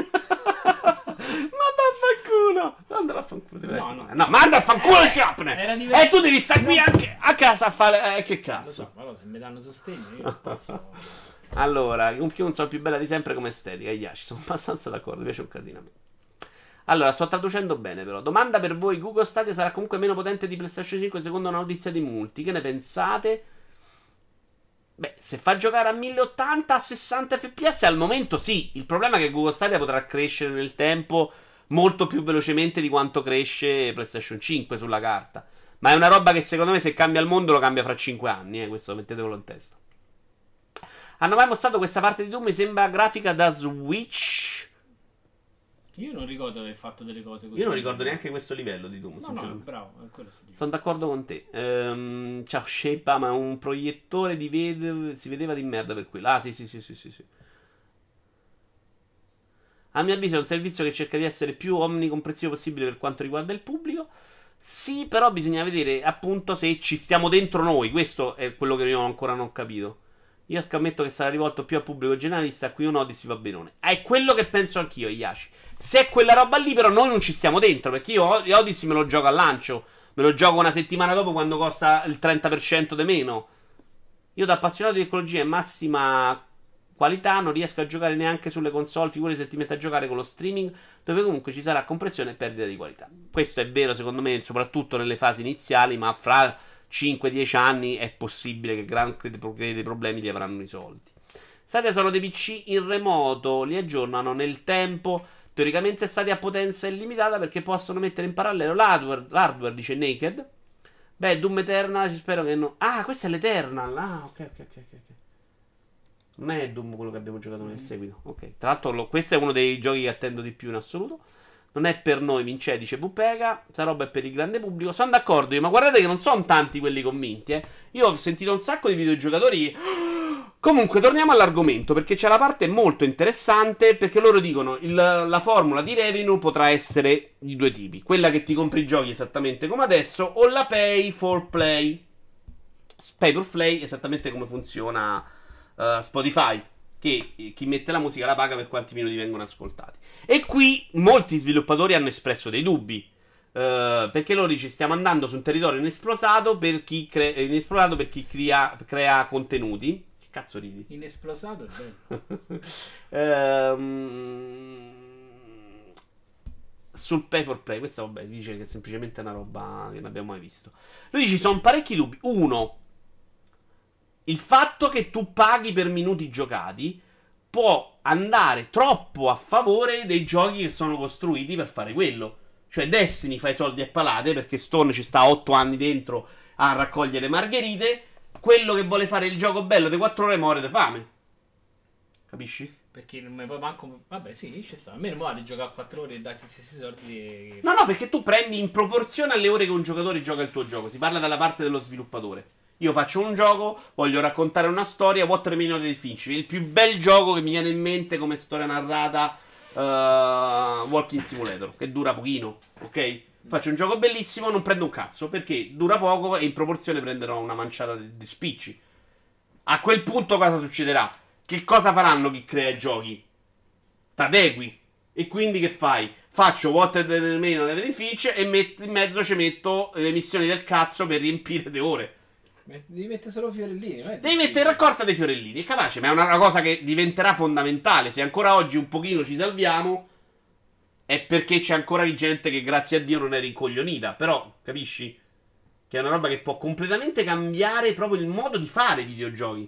Ma vaffanculo! Manda a fanculo. No, no. No, manda a fanculo eh, Sharpner! E eh, tu devi stare qui anche a casa a fare... Eh, che cazzo? Lo so, ma allora, se mi danno sostegno io non posso... Allora, un più non so più bella di sempre come estetica, Yashi, sono abbastanza d'accordo, mi piace un casino a me. Allora, sto traducendo bene però. Domanda per voi, Google Stadia sarà comunque meno potente di PlayStation cinque secondo una notizia di Multi, che ne pensate? Beh, se fa giocare a mille ottanta a sessanta F P S al momento sì, il problema è che Google Stadia potrà crescere nel tempo molto più velocemente di quanto cresce PlayStation cinque sulla carta. Ma è una roba che secondo me se cambia il mondo lo cambia fra cinque anni, eh, questo mettetelo in testa. Hanno mai mostrato questa parte di Doom? Mi sembra grafica da Switch. Io non ricordo di aver fatto delle cose così. Io non ricordo neanche questo livello di Doom. No, no, bravo, è quello sto Sono d'accordo con te. Ehm, ciao Shepa, ma un proiettore di vede... si vedeva di merda per quello. Ah, sì, sì, sì, sì, sì, sì. A mio avviso è un servizio che cerca di essere più omnicomprensivo possibile per quanto riguarda il pubblico. Sì, però bisogna vedere appunto se ci stiamo dentro noi. Questo è quello che io ancora non ho capito. Io scommetto che sarà rivolto più al pubblico generalista, a cui un Odyssey va benone. Ah, è quello che penso anch'io, Yashi. Se è quella roba lì, però noi non ci stiamo dentro, perché io Odyssey me lo gioco al lancio. Me lo gioco una settimana dopo quando costa il trenta per cento di meno. Io da appassionato di ecologia e massima qualità non riesco a giocare neanche sulle console, figurati se ti metti a giocare con lo streaming, dove comunque ci sarà compressione e perdita di qualità. Questo è vero secondo me, soprattutto nelle fasi iniziali, ma fra cinque dieci anni è possibile che gran dei problemi li avranno risolti. Stadia sono dei P C in remoto, li aggiornano nel tempo. Teoricamente Stadia a potenza illimitata perché possono mettere in parallelo l'hardware, l'hardware dice Naked. Beh, Doom Eternal ci spero che non... Ah, questo è l'Eternal. Ah, ok, ok, ok, ok. Non è Doom quello che abbiamo giocato nel seguito. Ok, tra l'altro lo... questo è uno dei giochi che attendo di più in assoluto. Non è per noi, Vince, dice Pupega. Sta roba è per il grande pubblico. Sono d'accordo io, ma guardate che non sono tanti quelli convinti, eh. Io ho sentito un sacco di videogiocatori. Comunque, torniamo all'argomento, perché c'è la parte molto interessante, perché loro dicono il, la formula di revenue potrà essere di due tipi. Quella che ti compri i giochi esattamente come adesso, o la pay for play. Pay for play, esattamente come funziona uh, Spotify, che chi mette la musica la paga per quanti minuti vengono ascoltati. E qui molti sviluppatori hanno espresso dei dubbi, uh, perché loro dice stiamo andando su un territorio inesplorato per chi, cre- inesplorato per chi crea, crea contenuti. Che cazzo ridi? Inesplosato è bello. um, sul pay for play, questo vabbè dice che è semplicemente una roba che non abbiamo mai visto. Lui dice ci sono parecchi dubbi. Uno, il fatto che tu paghi per minuti giocati può andare troppo a favore dei giochi che sono costruiti per fare quello. Cioè Destiny fa i soldi a palate perché Stone ci sta otto anni dentro a raccogliere margherite. Quello che vuole fare il gioco bello di quattro ore muore di fame. Capisci? Perché non mi poi manco. Vabbè, sì, ci sta. A me non mi va di giocare a quattro ore e darti gli stessi soldi. E... No, no, perché tu prendi in proporzione alle ore che un giocatore gioca il tuo gioco. Si parla dalla parte dello sviluppatore. Io faccio un gioco, voglio raccontare una storia, What Remains of Edith Finch. Il più bel gioco che mi viene in mente come storia narrata, uh, Walking Simulator, che dura pochino, ok? Faccio un gioco bellissimo, non prendo un cazzo, perché dura poco e in proporzione prenderò una manciata di, di spicci. A quel punto cosa succederà? Che cosa faranno chi crea i giochi? T'adegui. E quindi che fai? Faccio What Remains of Edith Finch e met- in mezzo ci metto le missioni del cazzo per riempire le ore. Devi mettere solo fiorellini. Devi mettere raccolta dei fiorellini, è capace, ma è una, una cosa che diventerà fondamentale. Se ancora oggi un pochino ci salviamo, è perché c'è ancora gente che grazie a Dio non è rincoglionita. Però, capisci? Che è una roba che può completamente cambiare proprio il modo di fare i videogiochi.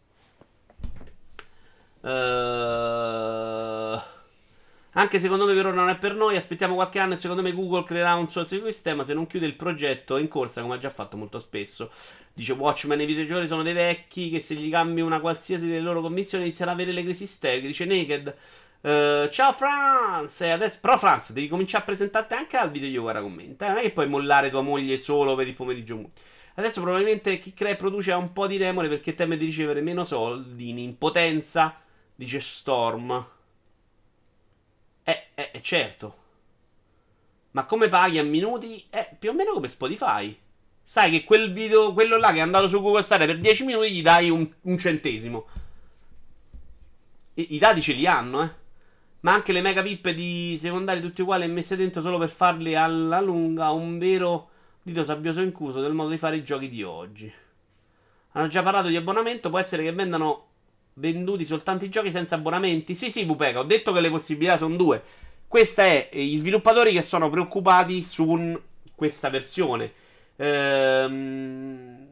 Uh... Anche secondo me per ora non è per noi. Aspettiamo qualche anno e secondo me Google creerà un suo ecosistema. Se non chiude il progetto in corsa, come ha già fatto molto spesso. Dice Watchmen, i videogiochi sono dei vecchi che se gli cambi una qualsiasi delle loro convinzioni inizieranno ad avere le crisi isteriche. Dice Naked. Uh, ciao Franz. E adesso, però Franz, devi cominciare a presentarti anche al video ora commenta. Eh? Non è che puoi mollare tua moglie solo per il pomeriggio. Adesso probabilmente chi crea e produce ha un po' di remore perché teme di ricevere meno soldi in impotenza. Dice Storm. Eh, eh, eh, certo. Ma come paghi a minuti? Eh, più o meno come Spotify. Sai che quel video, quello là che è andato su Google Stadia per dieci minuti gli dai un, un centesimo. I, I dati ce li hanno, eh. Ma anche le mega pippe di secondari tutti uguali e messe dentro solo per farli alla lunga un vero dito sabbioso incluso del modo di fare i giochi di oggi. Hanno già parlato di abbonamento, può essere che vendano venduti soltanto i giochi senza abbonamenti? Sì, sì, Vupega, ho detto che le possibilità sono due. Questa è gli sviluppatori che sono preoccupati su un, questa versione. Ehm...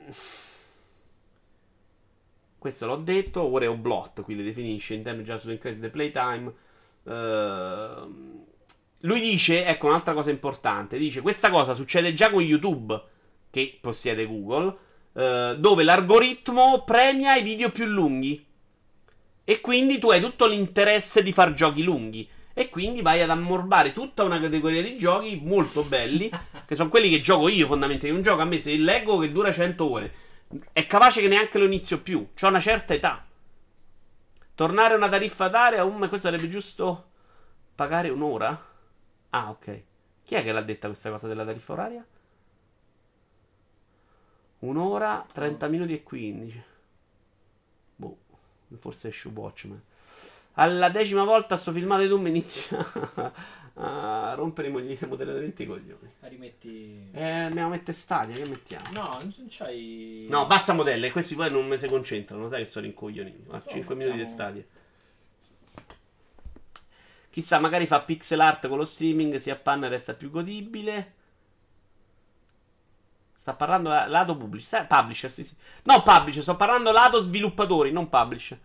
Questo l'ho detto. Ora è Oblot, qui le definisce in termini già su increase the playtime. Ehm... Lui dice, ecco un'altra cosa importante, dice questa cosa succede già con YouTube, che possiede Google, eh, dove l'algoritmo premia i video più lunghi. E quindi tu hai tutto l'interesse di far giochi lunghi. E quindi vai ad ammorbare tutta una categoria di giochi molto belli, che sono quelli che gioco io fondamentalmente. Un gioco a me se leggo che dura cento ore, è capace che neanche lo inizio più. C'ho una certa età. Tornare a una tariffa d'aria, um, questo sarebbe giusto pagare un'ora? Ah, ok. Chi è che l'ha detta questa cosa della tariffa oraria? Un'ora, trenta minuti e quindici. Boh, forse esce Watchmen. Alla decima volta sto filmato di Doom inizia a rompere i moglieti moderatamente i coglioni. La rimetti... Eh, dobbiamo mettere Stadia, che mettiamo? No, non c'hai... No, basta modelle, questi poi non mi si concentrano, sai che sono rincoglioniti. Ma so, cinque facciamo... minuti di Stadia. Chissà, magari fa pixel art con lo streaming, si appanna e resta più godibile. Sta parlando lato publisher, publisher, sì, sì. No, publisher, sto parlando lato sviluppatori, non publisher.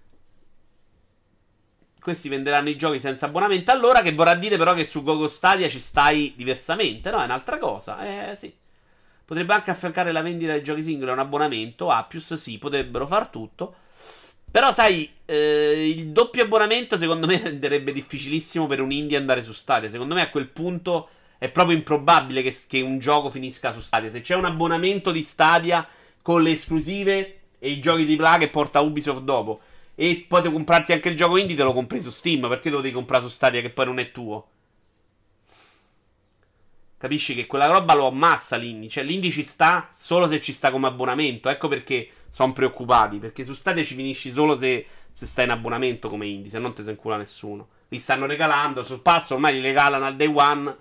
Questi venderanno i giochi senza abbonamento allora, che vorrà dire però che su Google Stadia ci stai diversamente, no? È un'altra cosa, eh sì. Potrebbe anche affiancare la vendita dei giochi singoli a un abbonamento, Appius, sì, potrebbero far tutto. Però sai, eh, il doppio abbonamento secondo me renderebbe difficilissimo per un indie andare su Stadia. Secondo me a quel punto è proprio improbabile che, che un gioco finisca su Stadia. Se c'è un abbonamento di Stadia con le esclusive e i giochi tripla A che porta Ubisoft dopo, e poi devi comprarti anche il gioco indie, te lo compri su Steam, perché te lo devi comprare su Stadia che poi non è tuo? Capisci che quella roba lo ammazza l'indie. Cioè l'indie ci sta solo se ci sta come abbonamento. Ecco perché sono preoccupati, perché su Stadia ci finisci solo se, se stai in abbonamento come indie, se non te se incula nessuno. Li stanno regalando, sul passo ormai li regalano al day one.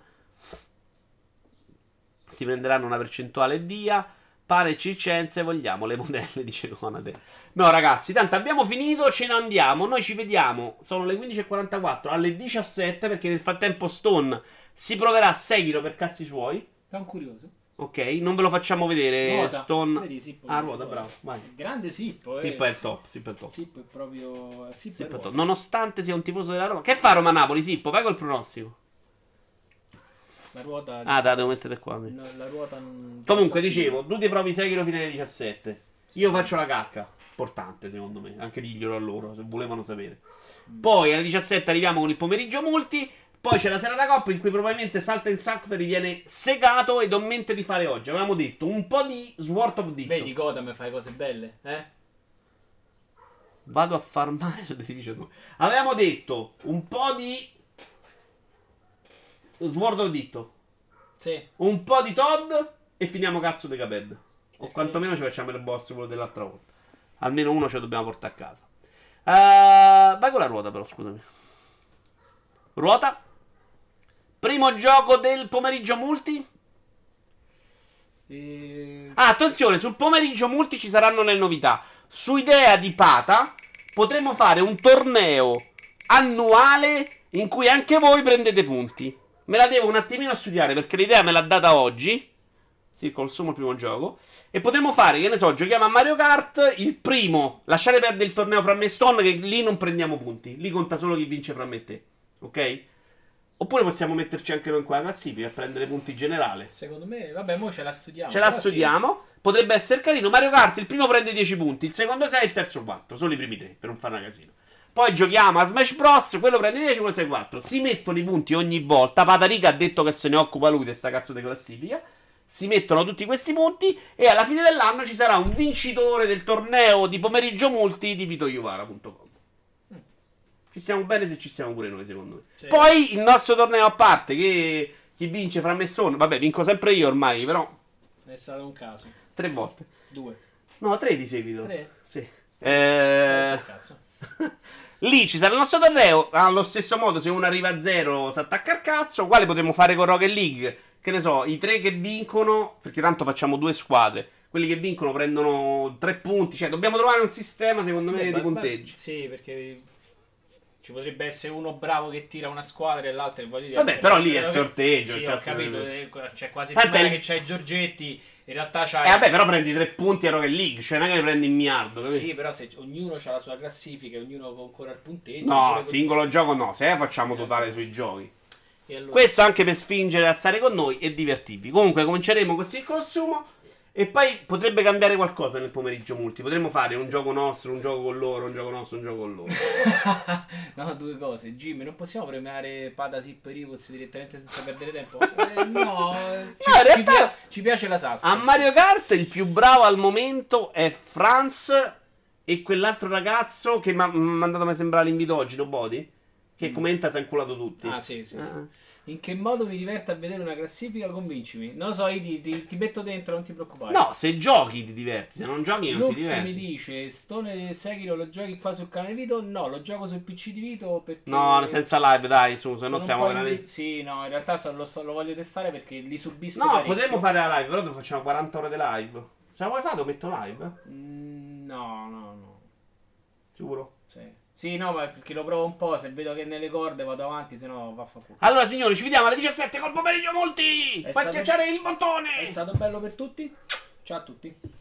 Si prenderanno una percentuale e via. Pane e circense, vogliamo le modelle, dice Conate. No ragazzi, tanto abbiamo finito, ce ne andiamo. Noi ci vediamo, sono le quindici e quarantaquattro, alle diciassette, perché nel frattempo Stone si proverà a Sekiro per cazzi suoi. Sono curioso. Ok, non ve lo facciamo vedere. Ruota. Stone. Vedi, Sippo, Ah, che ruota, ruota. bravo. Vai. Grande Sippo, eh. Sippo è il top. Sippo è il top. Sippo è proprio... Sippo Sippo è è il top. ruota. Nonostante sia un tifoso della Roma. Che fa Roma-Napoli, Sippo? Vai col pronostico. La ruota... Ah, te la devo mettere qua. no, la ruota... non- Comunque, dicevo, tu ti provi sei chilo fino alle diciassette. Io faccio la cacca. Importante, secondo me. Anche diglielo a loro, se volevano sapere. Poi alle diciassette arriviamo con il pomeriggio multi. Poi c'è la serata coppa in cui probabilmente Salt and Sanctuary viene segato ed ho in mente di fare oggi. Avevamo detto un po' di Sword of Ditto. Vedi, Gotham fai cose belle, eh? Vado a farmare su Edificio due. Avevamo detto un po' di Sword of Ditto. Sì. Un po' di Todd e finiamo cazzo di Caped. O E quantomeno ci facciamo il boss quello dell'altra volta. Almeno uno ce lo dobbiamo portare a casa. Uh, vai con la ruota però, scusami. Ruota. Primo gioco del pomeriggio multi. E... Ah, attenzione, sul pomeriggio multi ci saranno le novità. Su idea di Pata potremo fare un torneo annuale in cui anche voi prendete punti. Me la devo un attimino studiare perché l'idea me l'ha data oggi. Sì, consumo il primo gioco. E potremo fare, che ne so, giochiamo a Mario Kart. Il primo, lasciate perdere il torneo fra me e Stone, che lì non prendiamo punti. Lì conta solo chi vince fra me e te. Ok? Oppure possiamo metterci anche noi in quella classifica e prendere punti generale. Secondo me, vabbè, mo ce la studiamo. Ce la però studiamo. Sì. Potrebbe essere carino. Mario Kart, il primo prende dieci punti, il secondo sei, il terzo quattro. Solo i primi tre, per non fare una casino. Poi giochiamo a Smash Bros. Quello prende dieci, quello sei quattro. Si mettono i punti ogni volta. Patarica ha detto che se ne occupa lui di sta cazzo di classifica. Si mettono tutti questi punti e alla fine dell'anno ci sarà un vincitore del torneo di pomeriggio multi di vitoiuvara punto com. Mm. Ci stiamo bene se ci stiamo pure noi, secondo me. Sì. Poi il nostro torneo a parte, che chi vince fra me e Son, vabbè, vinco sempre io ormai, però è stato un caso. Tre volte. Due. No, tre di seguito. Tre? Sì. Eh... Oh, cazzo. Lì ci sarà il nostro torneo. Allo stesso modo, se uno arriva a zero si attacca al cazzo. Uguale potremmo fare con Rocket League. Che ne so, i tre che vincono, perché tanto facciamo due squadre. Quelli che vincono prendono tre punti. Cioè, dobbiamo trovare un sistema, secondo me, Beh, di ma, punteggi. Ma, sì, perché ci potrebbe essere uno bravo che tira una squadra e l'altro che voglio dire. Vabbè, però lì è il sorteggio. Sì, il ho cazzo capito. di... C'è quasi Tanto il è... che c'hai Giorgetti. In realtà c'hai. Eh, vabbè, però prendi tre punti a Rocket League. Cioè, non è che ne prendi un miliardo. Capito? Sì, però se ognuno ha la sua classifica e ognuno concorre al punteggio. No, singolo così... gioco no. Se facciamo totale sui giochi. Allora... Questo anche per spingere a stare con noi e divertirvi. Comunque cominceremo così il consumo. E poi potrebbe cambiare qualcosa nel pomeriggio multi. Potremmo fare un gioco nostro, un gioco con loro, un gioco nostro, un gioco con loro. No, due cose. Jimmy, non possiamo premiare Pada Sip e Rivuz direttamente senza perdere tempo? Eh, no, ci, no, in realtà ci, pia- ci piace la suspense. A Mario Kart il più bravo al momento è Franz e quell'altro ragazzo che mi ha mandato, mi sembra, l'invito oggi, Nobody, che mm. commenta si è inculato tutti. Ah, sì, sì. Ah. In che modo mi diverto a vedere una classifica? Convincimi. Non lo so, Idi, ti, ti metto dentro, non ti preoccupare. No, se giochi ti diverti, se non giochi non Lux ti diverti. mi dice, Stone Sekiro lo giochi qua sul canale Vito? No, lo gioco sul P C di Vito perché... No, senza live, dai, su, se no stiamo veramente... In... Sì, no, in realtà so, lo, so, lo voglio testare perché li subisco No, parecchio. potremmo fare la live, però facciamo quaranta ore di live. Se la vuoi fare, lo metto live? Mm, no, no, no. Sicuro? Sì. Sì, no, ma perché lo provo un po', se vedo che nelle corde vado avanti, se no vaffanculo. Allora signori, ci vediamo alle diciassette col pomeriggio multi! È Puoi stato... schiacciare il bottone! È stato bello per tutti? Ciao a tutti.